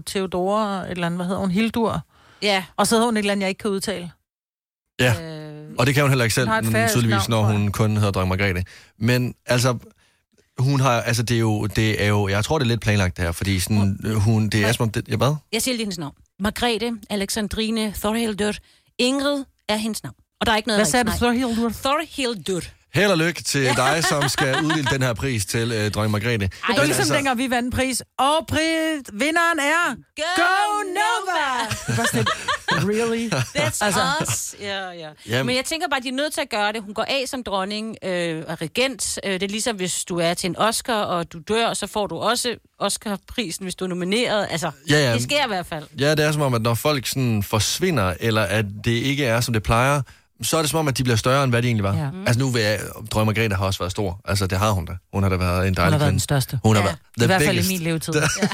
Theodora, et eller andet, hvad hedder hun? Hildur. Ja. Og så hedder hun et eller andet, jeg ikke kan udtale. Ja. Og det kan hun heller ikke selv, tydeligvis, når hun kun hedder Dronning Margrethe. Men altså, hun har, altså det er jo, jeg tror det er lidt planlagt det her, fordi sådan, det er som om det, hvad? Jeg siger lige hendes navn. Margrethe, Alexandrine, Thorhildur, Ingrid er hendes navn. Og der er ikke noget. Hvad sagde du, Thorhildur? Thorhildur. Held og lykke til dig, som skal uddele den her pris til Dronning Margrethe. Men det var ligesom dengang, vi vandt en pris. Og vinderen er... Go Nova! Det var sådan really? That's us. Ja. Men jeg tænker bare, at de er nødt til at gøre det. Hun går af som dronning og regent. Det er ligesom, hvis du er til en Oscar, og du dør, så får du også Oscar-prisen, hvis du er nomineret. Altså, det sker i hvert fald. Ja, det er som om, at når folk sådan forsvinder, eller at det ikke er, som det plejer, så er det som om, at de bliver større, end hvad de egentlig var. Ja. Altså nu vil jeg... Dronning Margrethe har også været stor. Altså det har hun da. Hun har da været en dejlig kvinde. Hun har været den største. Hun har været i hvert fald i min levetid.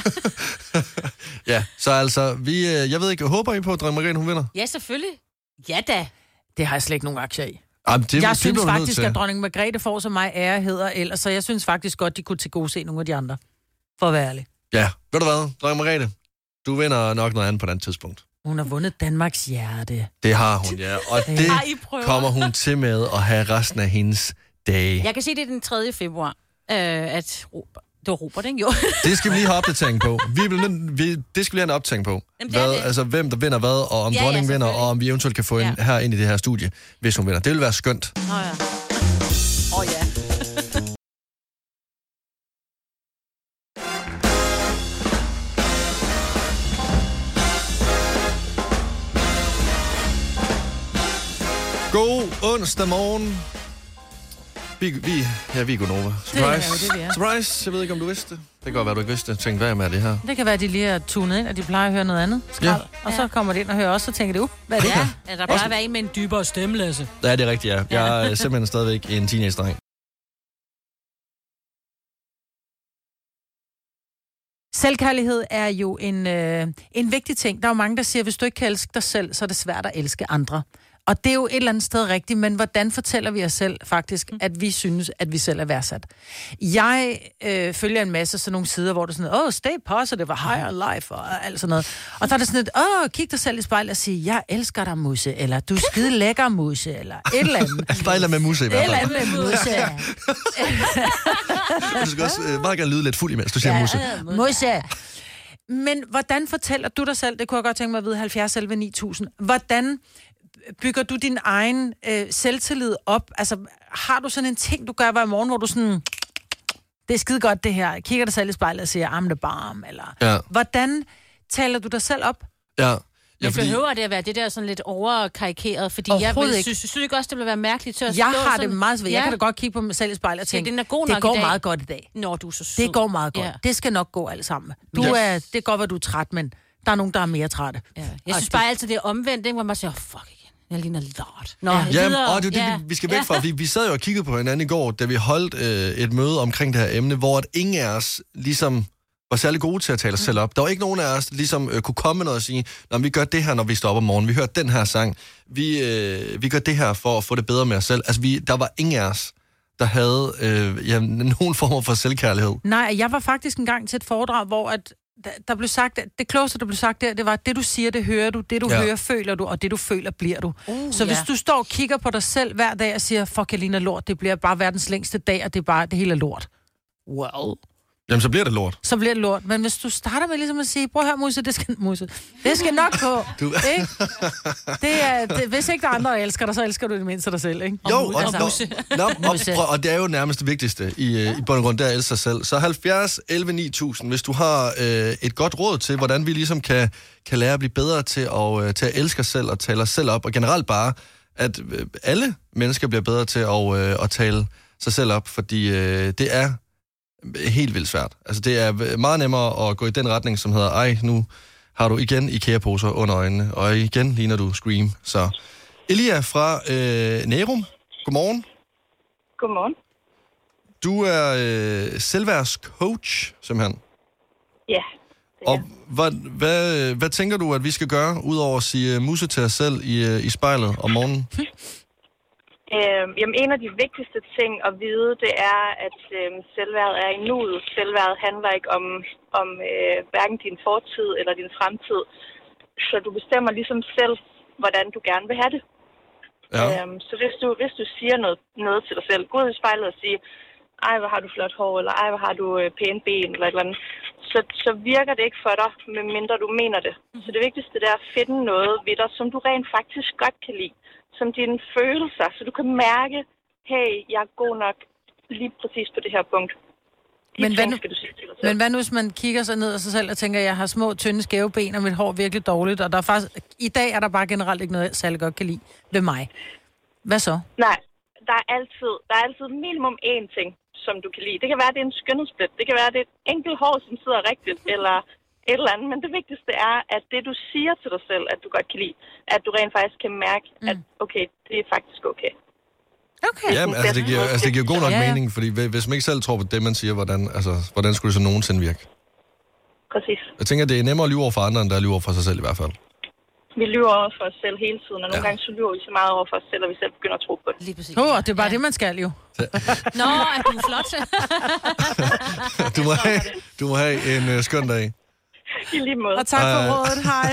Ja, så altså, jeg ved ikke, håber I på, at Dronning Margrethe, hun vinder? Ja, selvfølgelig. Ja da. Det har jeg slet ikke nogen aktier i. Jeg synes faktisk, at Dronning Margrethe får så meget ære, hedder ellers, så jeg synes faktisk godt, de kunne tilgodese nogle af de andre. For at være ærlig. Ja, ved du hvad, Dronning Margrethe? Du vinder nok noget andet på et andet tidspunkt. Hun har vundet Danmarks hjerte. Det har hun, ja. Og det kommer hun til med at have resten af hendes dage. Jeg kan sige, det er den 3. februar, at det var Robert, ikke? Jo. Det skal vi lige have opdatering på. Det skal vi lige have en opdatering på. Altså, hvem der vinder hvad, og om dronningen vinder, og om vi eventuelt kan få en her ind i det her studie, hvis hun vinder. Det vil være skønt. Ja. God onsdag morgen. Vi er Gonova. Surprise. Surprise. Jeg ved ikke, om du vidste det. Det kan godt være, du ikke vidste det. Tænk, hvad er med det her? Det kan være, at de lige er tunet ind, og de plejer at høre noget andet. Ja. Og så kommer de ind og hører også, og tænker det, hvad er det her? Ja, der plejer at være en med en dybere stemme, Lasse. Ja, det er rigtigt, ja. Jeg er simpelthen stadigvæk en teenage-dreng. Selvkærlighed er jo en vigtig ting. Der er jo mange, der siger, at hvis du ikke kan elske dig selv, så er det svært at elske andre. Og det er jo et eller andet sted rigtigt, men hvordan fortæller vi os selv faktisk, at vi synes, at vi selv er værdsat? Jeg følger en masse sådan nogle sider, hvor det er sådan, stay positive og higher life og alt sådan noget. Og så er det sådan kig dig selv i spejlet og sige, jeg elsker dig, Musse, eller du er skide lækker, Musse, eller et eller andet. Spejler med Musse i hvert fald. Et eller andet med Musse. Du skal også meget gerne lyde lidt fuld imens, du siger Musse. Musse. Men hvordan fortæller du dig selv, det kunne jeg godt tænke mig at vide, 70 11 9000, hvordan bygger du din egen selvtillid op? Altså, har du sådan en ting, du gør hver morgen, hvor du sådan, det er skide godt det her, kigger dig selv i spejlet og siger, I'm the bomb, eller hvordan taler du dig selv op? Ja. Men behøver det at være det der sådan lidt overkarikeret? Fordi jeg synes ikke også, det vil være mærkeligt til at Jeg har det meget svært. Jeg kan da godt kigge på mig selv i spejlet og tænke, det går meget godt i dag. Nå, du er så sød. Det går meget godt. Det skal nok gå alt sammen. Det kan godt være, du er træt, men der er nogen, der er mere trætte. Ja. Jeg synes bare altid, det er omvendt, ikke? Hvor man siger, fuck igen, jeg ligner lort. Nå, og det er det, vi skal væk fra. Vi sad jo og kiggede på hinanden i går, da vi holdt et møde omkring det her emne, hvor at ingen af os ligesom var særlig gode til at tale os selv op. Der var ikke nogen af os ligesom kunne komme med noget og sige, når vi gør det her, når vi står op om morgenen. Vi hører den her sang. Vi gør det her for at få det bedre med os selv. Altså, der var ingen af os, der havde nogen form for selvkærlighed. Nej, jeg var faktisk engang til et foredrag, hvor at der blev sagt, det klogeste, der blev sagt der, det var, det du siger, det hører du, det du hører, føler du, og det du føler, bliver du. Så hvis du står og kigger på dig selv hver dag og siger, fuck, jeg ligner lort, det bliver bare verdens længste dag, og det er bare, det hele er lort. Wow. Jamen, så bliver det lort. Så bliver det lort. Men hvis du starter med ligesom at sige, prøv at høre, Musse, det skal nok på. Ikke? Hvis ikke der er andre, der elsker dig, så elsker du det mindste dig selv, ikke? Jo, og det er jo nærmest det vigtigste i bund og grund, der er at elske sig selv. Så 70 11 9000, hvis du har et godt råd til, hvordan vi ligesom kan lære at blive bedre til at elske os selv og tale os selv op, og generelt bare, at alle mennesker bliver bedre til at tale sig selv op, fordi det er helt vildt svært. Altså, det er meget nemmere at gå i den retning, som hedder, nu har du igen IKEA-poser under øjnene, og igen ligner du Scream. Så Elia fra Nærum, godmorgen. Godmorgen. Du er selvværdscoach, simpelthen. Ja. Og hvad tænker du, at vi skal gøre, udover at sige musse til os selv i spejlet om morgenen? Jamen, en af de vigtigste ting at vide, det er, at selvværd er i nuet. Selvværd handler ikke om hverken din fortid eller din fremtid. Så du bestemmer ligesom selv, hvordan du gerne vil have det. Ja. Så hvis du siger noget til dig selv, gå ud i spejlet og sige, ej, hvor har du flot hår, eller ej, hvor har du pæne ben, eller et eller andet, så virker det ikke for dig, medmindre du mener det. Så det vigtigste det er at finde noget ved dig, som du rent faktisk godt kan lide, som dine følelser, så du kan mærke, hey, jeg er god nok lige præcis på det her punkt. Men hvad nu, hvis man kigger sig ned af sig selv og tænker, jeg har små, tynde, skæve ben, og mit hår virkelig dårligt, og der er faktisk, i dag er der bare generelt ikke noget, jeg særlig godt kan lide ved mig. Hvad så? Nej, der er altid minimum én ting, som du kan lide. Det kan være, at det er en skønhedsplet. Det kan være, at det er et enkelt hår, som sidder rigtigt, eller et eller andet. Men det vigtigste er, at det, du siger til dig selv, at du godt kan lide, at du rent faktisk kan mærke, at okay, det er faktisk okay. Okay. Jamen, det giver god nok mening, fordi hvis man ikke selv tror på det, man siger, hvordan skulle det så nogensinde virke? Præcis. Jeg tænker, det er nemmere at lyve over for andre, end der er at lyve over for sig selv i hvert fald. Vi lyver over for os selv hele tiden, og nogle gange så lyver vi så meget over for os selv, at vi selv begynder at tro på det. Lige præcis. Det er bare det, man skal jo. Nå, er du flot? Du må have en skøn dag. I lige måde. Og tak for rådet. Hej.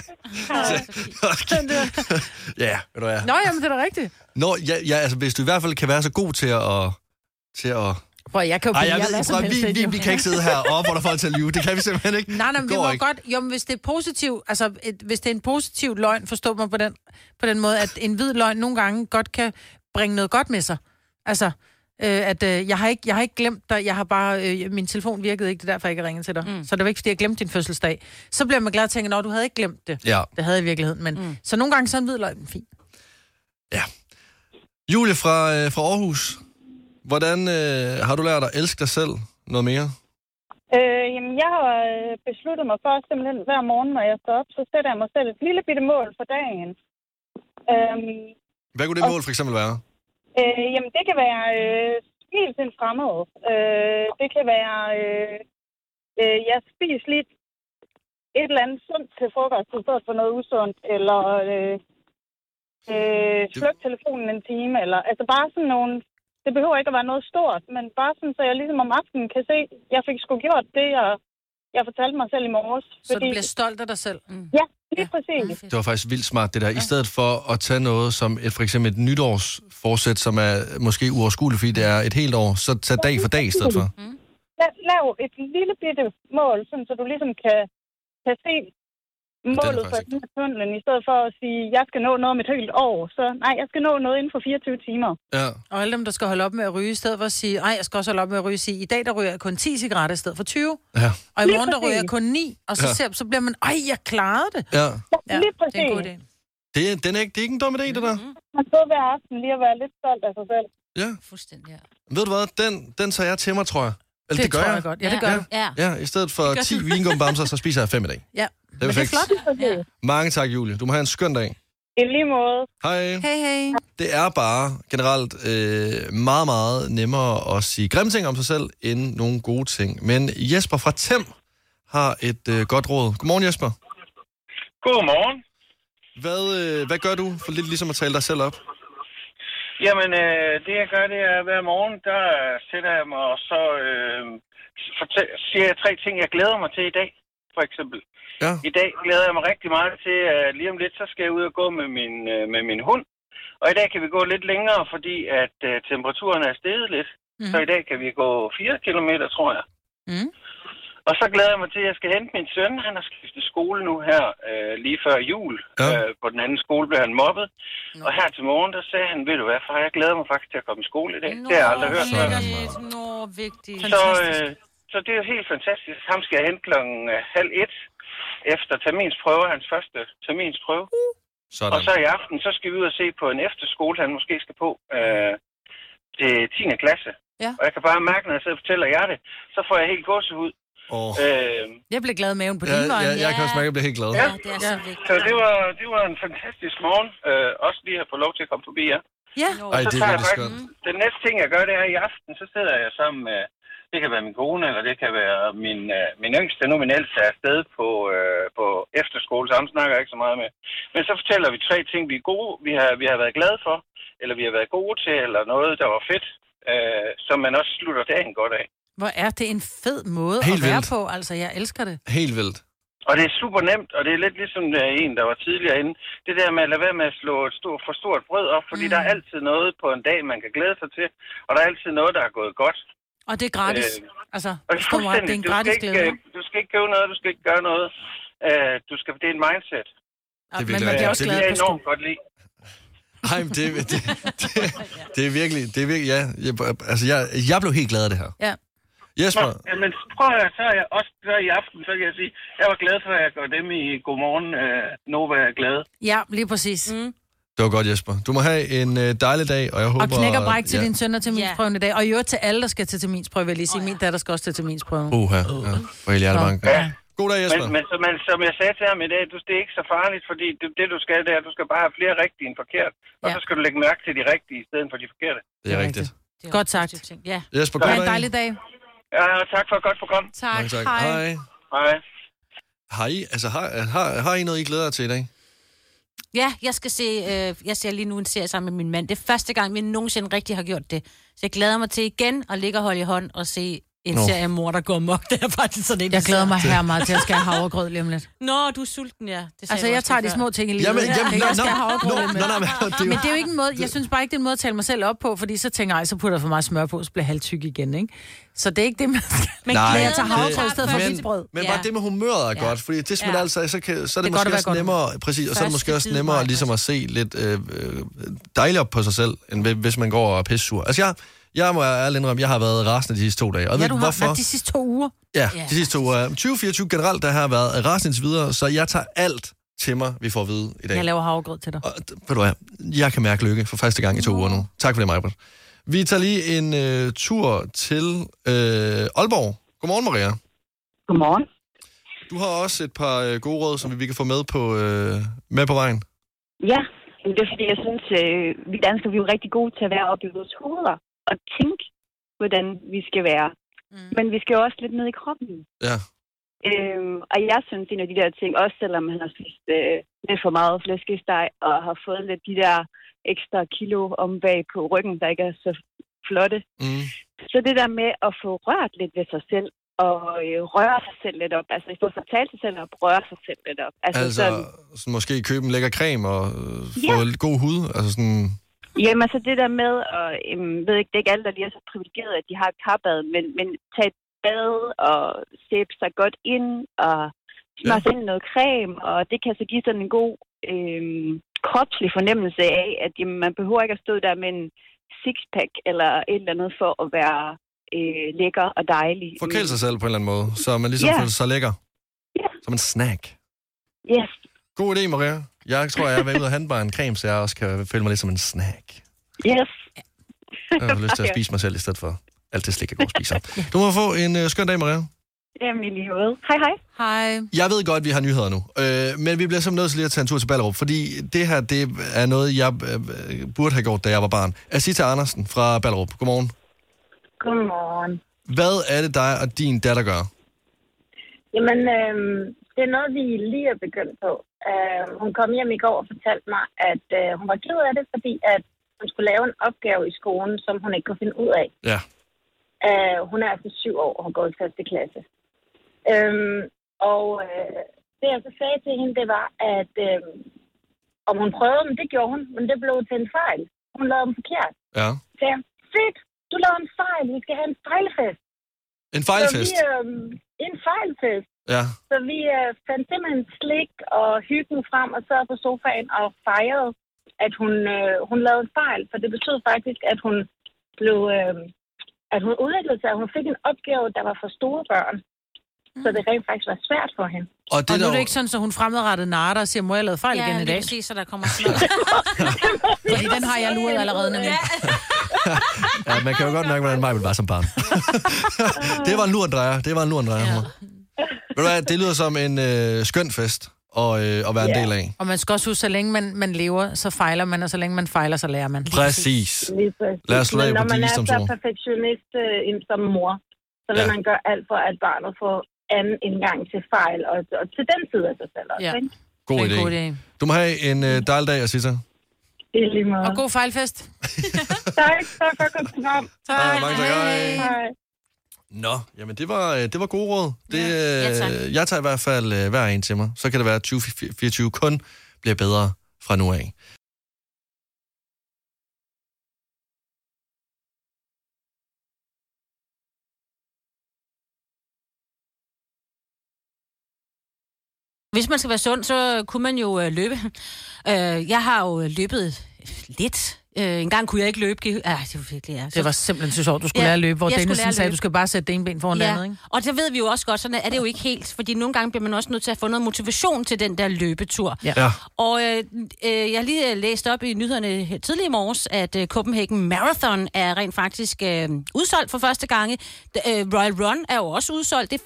Ja, ved du hvad? Nå, jamen, det er da rigtigt. Nå, ja, altså, hvis du i hvert fald kan være så god til at Prøv, jeg kan jo vi kan ikke sidde her og opfordre folk til at lyve. Det kan vi simpelthen ikke. Nej, men vi må godt. Jo, men hvis det er positivt, altså hvis det er en positiv løgn, forstår man på den måde, at en hvid løgn nogle gange godt kan bringe noget godt med sig. Altså, jeg har ikke glemt dig, jeg har bare, min telefon virkede ikke, det er derfor, jeg ikke ringede til dig. Så det var ikke, fordi jeg glemte din fødselsdag. Så bliver man glad og tænker, du havde ikke glemt det. Ja. Det havde jeg i virkeligheden, men så nogle gange så er en hvid løgn fint. Ja. Julie fra Aarhus. Hvordan har du lært at elske dig selv noget mere? Jamen, jeg har besluttet mig for, simpelthen hver morgen, når jeg står op, så sætter jeg mig selv et lille bitte mål for dagen. Hvad kunne det mål for eksempel være? Jamen, det kan være smil til en fremmed. Det kan være, jeg spiser lidt et eller andet sundt til frokost, i stedet for noget usundt, eller sluk telefonen en time, eller altså bare sådan nogle. Det behøver ikke at være noget stort, men bare sådan, så jeg ligesom om aftenen kan se, jeg fik sgu gjort det, jeg fortalte mig selv i morges. Så du bliver stolt af dig selv? Ja, lige præcis. Det var faktisk vildt smart, det der. I stedet for at tage noget som for eksempel et nytårsforsæt, som er måske uoverskueligt, fordi det er et helt år, så tag dag for dag i stedet for. Lav et lille bitte mål, sådan, så du ligesom kan se målet for tunnelen, i stedet for at sige, jeg skal nå noget om et helt år. Så nej, jeg skal nå noget inden for 24 timer. Ja. Og alle dem, der skal holde op med at ryge, i stedet for at sige, jeg skal også holde op med at ryge, sige, i dag der ryger jeg kun 10 cigaretter i stedet for 20. Ja. Og i morgen der ryger jeg kun 9. Og så bliver man, jeg klarede det. Ja. Lige præcis. Det er en god idé. Det er ikke en dum idé, det der. Man skal hver aften lige at være lidt stolt af sig selv. Ja. Fuldstændig, ja. Ved du hvad? Den tager jeg til mig, tror jeg. Eller det gør jeg. Godt. Ja, det gør du. Ja, i stedet for 10 vingummibamser, så spiser jeg 5 i dag. Ja. Det er perfekt. flot. Mange tak, Julie. Du må have en skøn dag. I lige måde. Hej. Hej. Det er bare generelt meget, meget nemmere at sige grimme ting om sig selv, end nogle gode ting. Men Jesper fra Tem har et godt råd. Godmorgen, Jesper. Godmorgen. Hvad gør du for lidt ligesom at tale dig selv op? Jamen, det jeg gør, det er hver morgen, der sætter jeg mig, og så siger jeg 3 ting, jeg glæder mig til i dag, for eksempel. Ja. I dag glæder jeg mig rigtig meget til, lige om lidt, så skal jeg ud og gå med min hund. Og i dag kan vi gå lidt længere, fordi at temperaturen er steget lidt. Så i dag kan vi gå 4 kilometer, tror jeg. Og så glæder jeg mig til, at jeg skal hente min søn. Han har skiftet skole nu her lige før jul. Ja. På den anden skole blev han mobbet. Og her til morgen, der sagde han, ved du hvad, far, jeg glæder mig faktisk til at komme i skole i dag. Det har jeg aldrig hørt før. Vigtigt. Så det er jo helt fantastisk. Ham skal jeg hente 12:30 efter terminsprøve, hans første terminsprøve. Og så i aften, så skal vi ud og se på en efterskole, han måske skal på til 10. klasse. Ja. Og jeg kan bare mærke, når jeg sidder og fortæller jer det, så får jeg helt gåsehud. Jeg blev glad i maven på din vej. Jeg kan også mærke, at jeg bliver helt glad. Ja, det er så vigtigt. Så det var en fantastisk morgen. Også lige at få lov til at komme forbi jer. Ja. Ej, det er virkelig skønt. Den næste ting, jeg gør, det er i aften, så sidder jeg sammen med, det kan være min kone, eller det kan være min yngste. Nu min ældste er afsted på efterskole, så han snakker jeg ikke så meget med. Men så fortæller vi 3 ting, vi har været glade for, eller vi har været gode til, eller noget, der var fedt, som man også slutter dagen godt af. Hvor er det en fed måde Helt at være vildt. på, altså jeg elsker det. Helt vildt. Og det er super nemt, og det er lidt ligesom en, der var tidligere inde. Det der med at lade være med at slå for stort brød op, fordi der er altid noget på en dag, man kan glæde sig til, og der er altid noget, der er gået godt. Og det er gratis. Altså, og det er en gratis glæde. Du skal ikke købe noget, du skal ikke gøre noget. Det er en mindset. Det men man bliver også glad på det er enormt godt lide. Nej, men det er virkelig, ja. Jeg blev helt glad af det her. Ja. Jesper? Men prøv at så er jeg også i aften, så kan jeg sige, jeg var glad for, at jeg gør dem i Godmorgen Nova glade. Ja, lige præcis. Det var godt, Jesper. Du må have en dejlig dag, og jeg håber... Og knæk og bræk til din søn og terminsprøven i dag. Og i øvrigt til alle, der skal til terminsprøve, vil jeg lige sige. Min datter skal også til terminsprøve. Ja, for hele hjertebanken. Ja. God dag, Jesper. Men som jeg sagde til ham i dag, det er ikke så farligt, fordi det du skal, det er, at du skal bare have flere rigtige end forkert. Og så skal du lægge mærke til de rigtige i stedet for de forkerte. Det er rigtigt. Godt sagt. Ja. Jesper, god dag. Ha' en dejlig dag. Ja, tak for et godt program. Tak. Hej. Har I noget, I glæder jer til i dag? Ja, jeg ser lige nu en serie sammen med min mand. Det er første gang, vi nogensinde rigtig har gjort det. Så jeg glæder mig til igen at ligge og holde i hånd og se en serie mor, der går mok. Det er faktisk sådan en. Jeg glæder mig her meget til at skal have havregrød lige om lidt. Nå, du er sulten, ja. Altså, jeg tager de små ting i livet. Jeg skal have havregrød lige om lidt. Men det er jo ikke en måde, jeg synes bare ikke, det er en måde at tale mig selv op på, fordi så tænker jeg, så putter jeg for meget smør på, så bliver halvtyk igen, ikke? Så det er ikke det, man skal. Men jeg tager havregrød i stedet for hvidbrød. Men bare det med humøret er godt, fordi det smitter altså, så er det måske også nemmere, præcis, og så er det måske også nemmere ligesom at se lidt dejligt op på sig selv, end hvis man går og er pissur. Altså, jeg må ærligt indrømme, jeg har været rasende de sidste 2 dage. Og ja, du har været de sidste 2 uger. Ja, de sidste 2 uger. 2024 generelt, der har været rasende videre, så jeg tager alt til mig, vi får at vide i dag. Jeg laver havregrød til dig. Og, ved du hvad, jeg kan mærke lykke for første gang i 2 uger nu. Tak for det, Majbert. Vi tager lige en tur til Aalborg. Godmorgen, Maria. Godmorgen. Du har også et par gode råd, som vi kan få med på vejen. Ja, det er fordi, jeg synes, vi danskere vi er jo rigtig gode til at være oppe i vores hoveder og tænke, hvordan vi skal være. Men vi skal jo også lidt ned i kroppen. Ja. Og jeg synes, en af de der ting, også selvom han har spist lidt for meget flæskesteg og har fået lidt de der ekstra kilo om bag på ryggen, der ikke er så flotte. Så det der med at få rørt lidt ved sig selv, og røre sig selv lidt op. Altså i stedet for at tale sig selv op, røre sig selv lidt op. Altså sådan måske købe en lækker creme og få lidt god hud? Altså sådan... Jamen altså det der med, og ved ikke, det er ikke alle, der lige er så privilegeret, at de har et karbad, men tage et bad og sæbe sig godt ind og smøre sig ind i noget creme, og det kan så give sådan en god kropslig fornemmelse af, at jamen, man behøver ikke at stå der med en sixpack eller et eller andet for at være lækker og dejlig. Forkæle sig selv på en eller anden måde, så man ligesom føler sig lækker. Som en snack. Yes. God idé, Maria. Jeg tror, jeg er ude og hente bare en creme, så jeg også kan føle mig lidt som en snack. Yes. Jeg har lyst til at spise mig selv, i stedet for alt det slik, jeg går og spiser. Du må få en skøn dag, Maria. Jamen, i lige måde. Hej, hej. Hej. Jeg ved godt, at vi har nyheder nu, men vi bliver simpelthen nødt til lige at tage en tur til Ballerup, fordi det her, det er noget, jeg burde have gjort, da jeg var barn. Asita Andersen fra Ballerup. Godmorgen. Godmorgen. Hvad er det dig og din datter gør? Jamen, det er noget, vi lige er begyndt på. Hun kom hjem i går og fortalte mig, at hun var ked af det, fordi at hun skulle lave en opgave i skolen, som hun ikke kunne finde ud af. Ja. Hun er altså 7 år og har gået i 1. klasse. Det jeg så sagde til hende, det var, at om hun prøvede, men det gjorde hun, men det blev til en fejl. Hun lavede dem forkert. Ja. Så jeg, fedt, du lavede en fejl, vi skal have en fejlfest. En fejlfest? En fejlfest. Ja. Så vi fandt simpelthen slik og hyggen frem og sad på sofaen og fejrede, at hun lavede en fejl. For det betød faktisk, at hun blev... at hun udviklede sig, at hun fik en opgave, der var for store børn. Så det rent faktisk var svært for hende. Og nu er det ikke sådan, så hun fremadrettet narter og siger, må jeg lave fejl igen i dag? Ja, præcis, så der kommer sådan Fordi den har jeg luret allerede nemlig. Ja, man kan jo godt mærke, hvordan mig ville være som barn. Det var en lurendrejer. Ved du hvad, det lyder som en skøn fest at være en del af. Og man skal også huske, så længe man lever, så fejler man, og så længe man fejler, så lærer man. Præcis. Lad os slå af på de visdomsord. Når man er så perfektionist som mor, så vil man gøre alt for, at barnet får anden indgang til fejl, og til den side af sig selv også. Ja. God idé. Du må have en dejlig dag, Asita. I lige måde. Og god fejlfest. Tak for at komme til ham. Tak. Hej. Nå, jamen det var gode råd. Jeg tager i hvert fald hver en til mig. Så kan det være, at 2024 kun bliver bedre fra nu af. Hvis man skal være sund, så kunne man jo løbe. Jeg har jo løbet lidt. En gang kunne jeg ikke løbe. Det var virkelig, det var simpelthen så sjovt, du skulle lære at løbe, hvor Dennison sagde, at du skal bare sætte det ene ben foran det andet, ikke? Og det ved vi jo også godt, sådan er det jo ikke helt, fordi nogle gange bliver man også nødt til at få noget motivation til den der løbetur. Ja. Og jeg har lige læst op i nyhederne tidligere i morges, at Copenhagen Marathon er rent faktisk udsolgt for første gange. Royal Run er jo også udsolgt. Det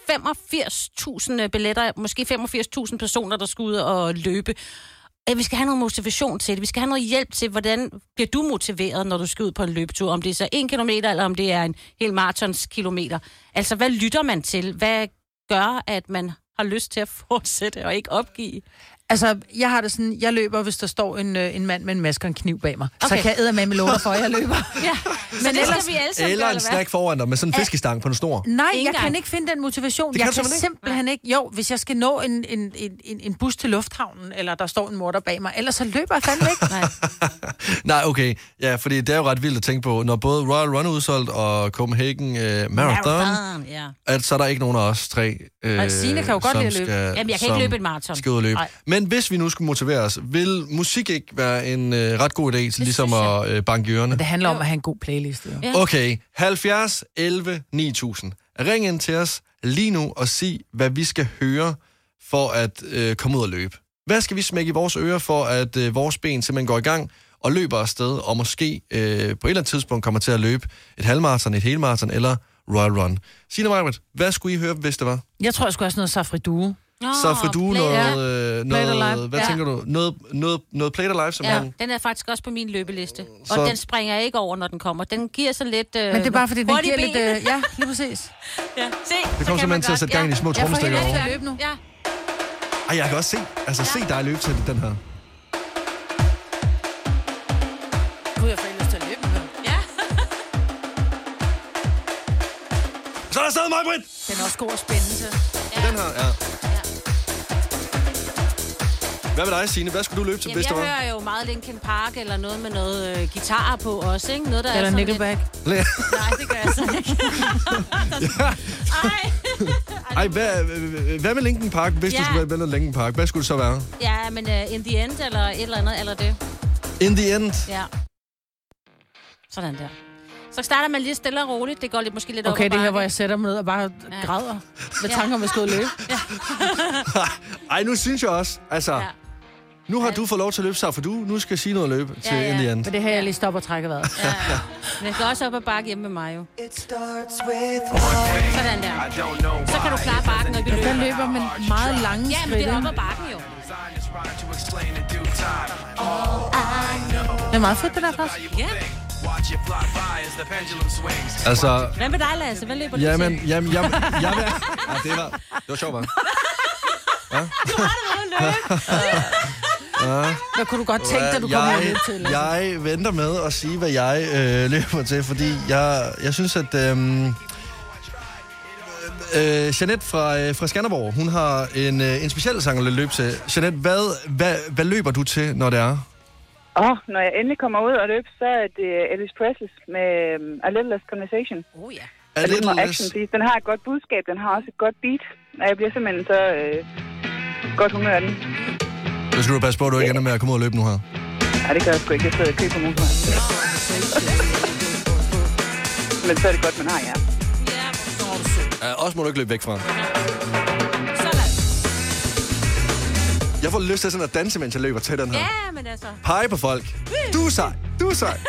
er 85.000 billetter, måske 85.000 personer, der skal ud og løbe. Vi skal have noget motivation til det. Vi skal have noget hjælp til, hvordan bliver du motiveret, når du skal ud på en løbetur? Om det er så 1 kilometer, eller om det er en hel maratonskilometer. Altså, hvad lytter man til? Hvad gør, at man har lyst til at fortsætte og ikke opgive? Altså, jeg har det sådan, jeg løber, hvis der står en mand med en maske og en kniv bag mig. Okay. Så kan jeg eddermame låter for, at jeg løber. Ja, men det skal vi alle sammen eller en snack foran dig med sådan en fiskestang på en stor. Nej, jeg kan ikke finde den motivation. Jeg kan simpelthen ikke. Jo, hvis jeg skal nå en bus til lufthavnen, eller der står en morder bag mig, ellers så løber jeg fandme ikke. Nej, okay. Ja, fordi det er jo ret vildt at tænke på, når både Royal Run er udsolgt og Copenhagen Marathon, at så er der ikke nogen af os tre, Signe kan jo godt lide at løbe. Jamen, jeg kan ikke løbe en maraton. Skal ud og løbe. Men hvis vi nu skulle motivere os, vil musik ikke være en ret god idé til ligesom at banke i ørerne? Det handler om at have en god playlist. Ja. Okay, 70 11 9000. Ring ind til os lige nu og sig, hvad vi skal høre for at komme ud og løbe. Hvad skal vi smække i vores ører for, at vores ben simpelthen går i gang og løber afsted, og måske på et eller andet tidspunkt kommer til at løbe et halvmaraton, et helmaraton eller Royal Run. Signe Majbert, hvad skulle I høre, hvis det var? Jeg tror, jeg skulle have sådan noget Safri Duo. Så for du noget hvad tænker du? Noget Play It Alive, simpelthen? Ja, den er faktisk også på min løbeliste. Og den springer jeg ikke over, når den kommer. Den giver så lidt... Men det er bare fordi, den giver lidt... ja, lige præcis. Ja. Se, det kommer simpelthen til at sætte gang i de små trommestikker over. Jeg får løbe nu. Ja. Ej, jeg kan også se dig løbe til den her. Gud, jeg får lyst til at løbe nu. Ja. Så er der stadig mig, Britt! Den er også god og spændende. Ja. Den her, ja. Hvad med dig, Signe? Hvad skulle du løbe til, hvis det var? Jeg hører jo meget Linkin Park, eller noget med noget guitar på også, ikke? Noget, der eller er Nickelback. Nej, det gør jeg så ikke. Ej, hvad med Linkin Park, hvis du skulle vælge Linkin Park? Hvad skulle det så være? Ja, men In the End, eller et eller andet, eller det. In the End? Ja. Sådan der. Så starter man lige stille og roligt. Det går måske lidt op og bakke. Det her, hvor jeg sætter mig ned og bare græder med tanker om, at jeg skal ud og løbe. Ej, nu synes jeg også, altså... Ja. Nu har du fået lov til at løbe sig, for du nu skal sige noget at løbe til In the End. Men det her, jeg lige stopper og trækker vejret. Ja. Men jeg skal også op og bakke hjemme med mig, jo. Sådan der. Så kan du klare bakken, når vi løber. Der løber med meget lange skridt. Ja, men det er op ad bakken, jo. Det er meget fedt, det der, faktisk. Ja. Altså... Hvad med dig, Lasse? Hvad løber du til? Jamen, jeg vil... det var sjovt, hva'? Ja? Du har det med at løbe. Hvad kunne du godt tænke dig, du kommer løbe til? Lasse? Jeg venter med at sige, hvad jeg løber til, fordi jeg synes, at... Jeanette fra Skanderborg, hun har en speciel sang at løbe til. Jeanette, hvad løber du til, når det er? Når jeg endelig kommer ud og løber, så er det Elvis Presley med A Little Less Conversation. Ja. A Little More Action, please. Den har et godt budskab, den har også et godt beat. Og jeg bliver simpelthen så godt humør af den. Så skal du passe på, at du ikke ender med at komme ud og løbe nu her. Nej, det gør jeg sgu ikke. Jeg sidder og køber på motorvejen. Men så er det godt, man har, ja. Også må du ikke løbe væk fra. Jeg får lyst til sådan at danse, mens jeg løber til den her. Ja, men altså... Pege på folk. Du er sej. Du er sej.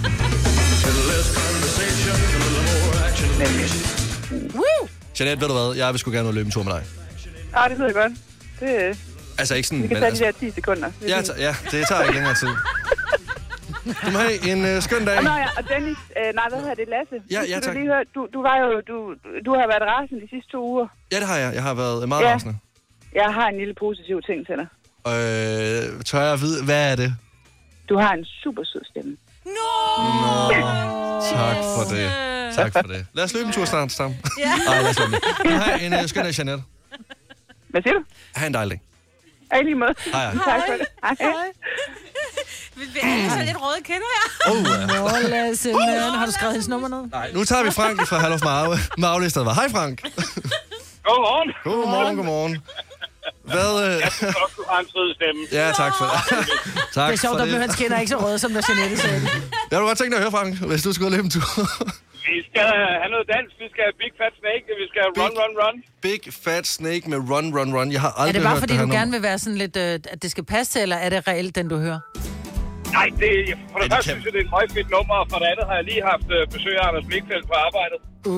Jeanette, ved du hvad? Jeg vil sgu gerne løbe en tur med dig. Ja, det lyder godt. Det... Altså ikke sådan... Vi kan tage de der 10 sekunder. Ja, det tager ikke længere tid. Du må have en skøn dag. Og Dennis, hvad hedder det, Lasse? Ja, tak. Du har været rasende de sidste 2 uger. Ja, det har jeg. Jeg har været meget rasende. Jeg har en lille positiv ting til dig. Tør jeg at vide, hvad er det? Du har en super sød stemme. Nå! Tak for det. Tak for det. Lad os løbe en tur snart, Stam. Ja. Ej, lad os løbe. Hej, en skøn af Jeanette. Hvad siger du? Ha' en dejlig dag. Ej, lige måde. Hej. Tak for det. Hej. Vi er så lidt røde kinder her. Nå, Lasse, har du skrevet hendes nummer ned? Nej, nu tager vi Frank fra Hallof med aflæsteret. Hej, Frank. Godmorgen. Godmorgen. Hvad? Jeg tror nok, du har en sød stemme. Ja, tak for det. Tak det er sjovt, der blev hans kinder ikke så røde, som der Jeanette sagde det. Jeg kunne godt tænke dig at høre, Frank, hvis du skulle løbe en tur. Vi skal have noget dans. Vi skal have Big Fat Snake. Vi skal have Run. Big Fat Snake med Run. Jeg har aldrig hørt det. Er det bare, fordi du gerne vil være sådan lidt, at det skal passe til, eller er det reelt, den du hører? Nej, for det første synes jeg, det er et meget fedt nummer, og for det andet har jeg lige haft besøg af Anders Blikfeldt på arbejdet.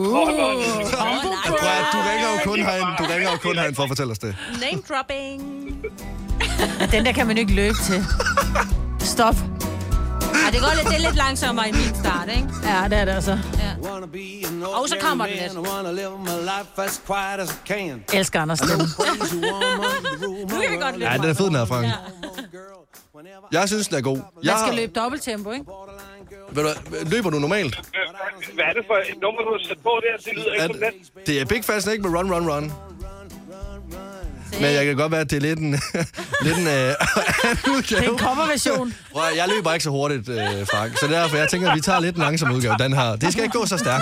Du ringer jo kun herind for at fortælle os det. Name dropping. Den der kan man jo ikke løbe til. Stop. Ja, det går lidt langsommere end min start, ikke? Ja, det er det altså. Ja. Og så kommer den lidt. Elsker Anders stemme. Nu kan vi godt løbe. Ja, den er fed, den her, Frank. Jeg synes, den er god. Man skal løbe dobbelttempo, ikke? Løber du normalt? Hvad er det for et nummer, du har sat på der? Det lyder ikke som den. Det er Big Fat Snake med Run. Men jeg kan godt være, at det er lidt en udgave. Det er en coverversion. Jeg løber ikke så hurtigt, Frank. Så derfor, jeg tænker, at vi tager lidt en langsom udgave. Den her. Det skal ikke gå så stærkt.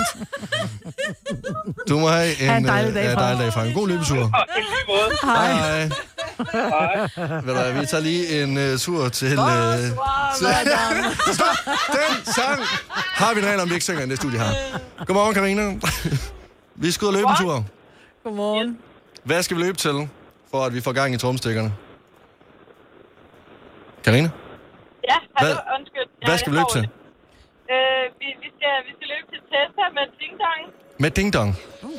Du må have en dejlig dag, Frank. God løbetur. Hej. Vi tager lige en tur til... Den sang har vi en regel om, vi ikke synger i det studie her. Godmorgen, Karina. Vi skal ud og løbe en tur. Godmorgen. Hvad skal vi løbe til, for at vi får gang i tromstikkerne? Karina? Ja, hallo, undskyld. Hvad skal vi løbe til? Vi skal løbe til Tessa med Ding Dong. Med Ding Dong?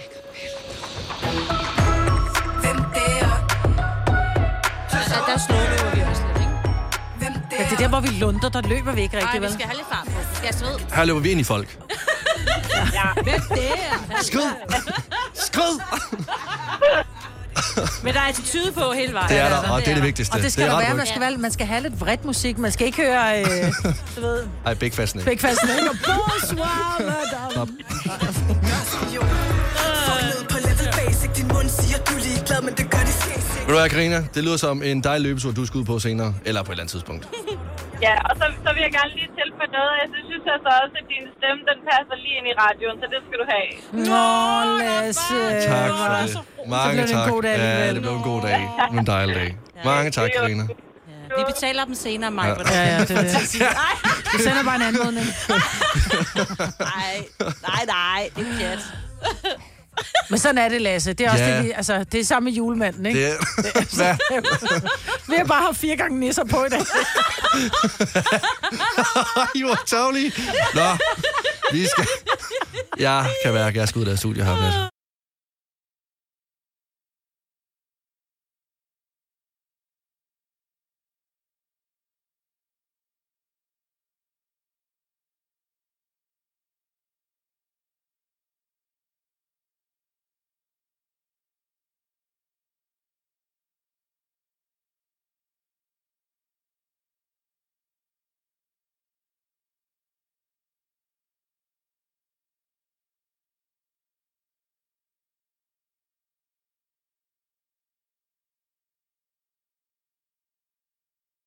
Der slår vi også lidt, ikke? Ja, det er der, hvor vi lunder, der løber vi ikke rigtig, vel? Nej, vi skal have lidt fart på. Vi skal have sved. Her løber vi ind i folk. Ja. Hvem det er? Skrid! Men der er attitude på hele vejen. Det er der, og det er det vigtigste. Og det skal der være. Man skal have lidt vredt musik. Man skal ikke høre, du ved... Ej, Big Fat Snake. Big Fat Snake og Ved du hvad, Karina? Det lyder som en dejlig løbetur, du skal ud på senere, eller på et eller andet tidspunkt. Ja, og så vil jeg gerne lige tilføje noget. Jeg synes altså også, at din stemme, den passer lige ind i radioen, så det skal du have. Nå, Lasse. Tak for det. Mange tak. Ja, det blev en god dag. En dejlig dag. Mange tak, Karina. Vi betaler dem senere, Mike. Ja, det er det. Du sender bare en anmodning. Nej, det er pjat. Men sådan er det, Lasse. Det er også det, det er samme med julemanden, ikke? Hvad? Vi har bare haft 4 gange nisser på i dag. You are totally... Nå, vi skal... Jeg kan være, jeg skal ud af studiet her med.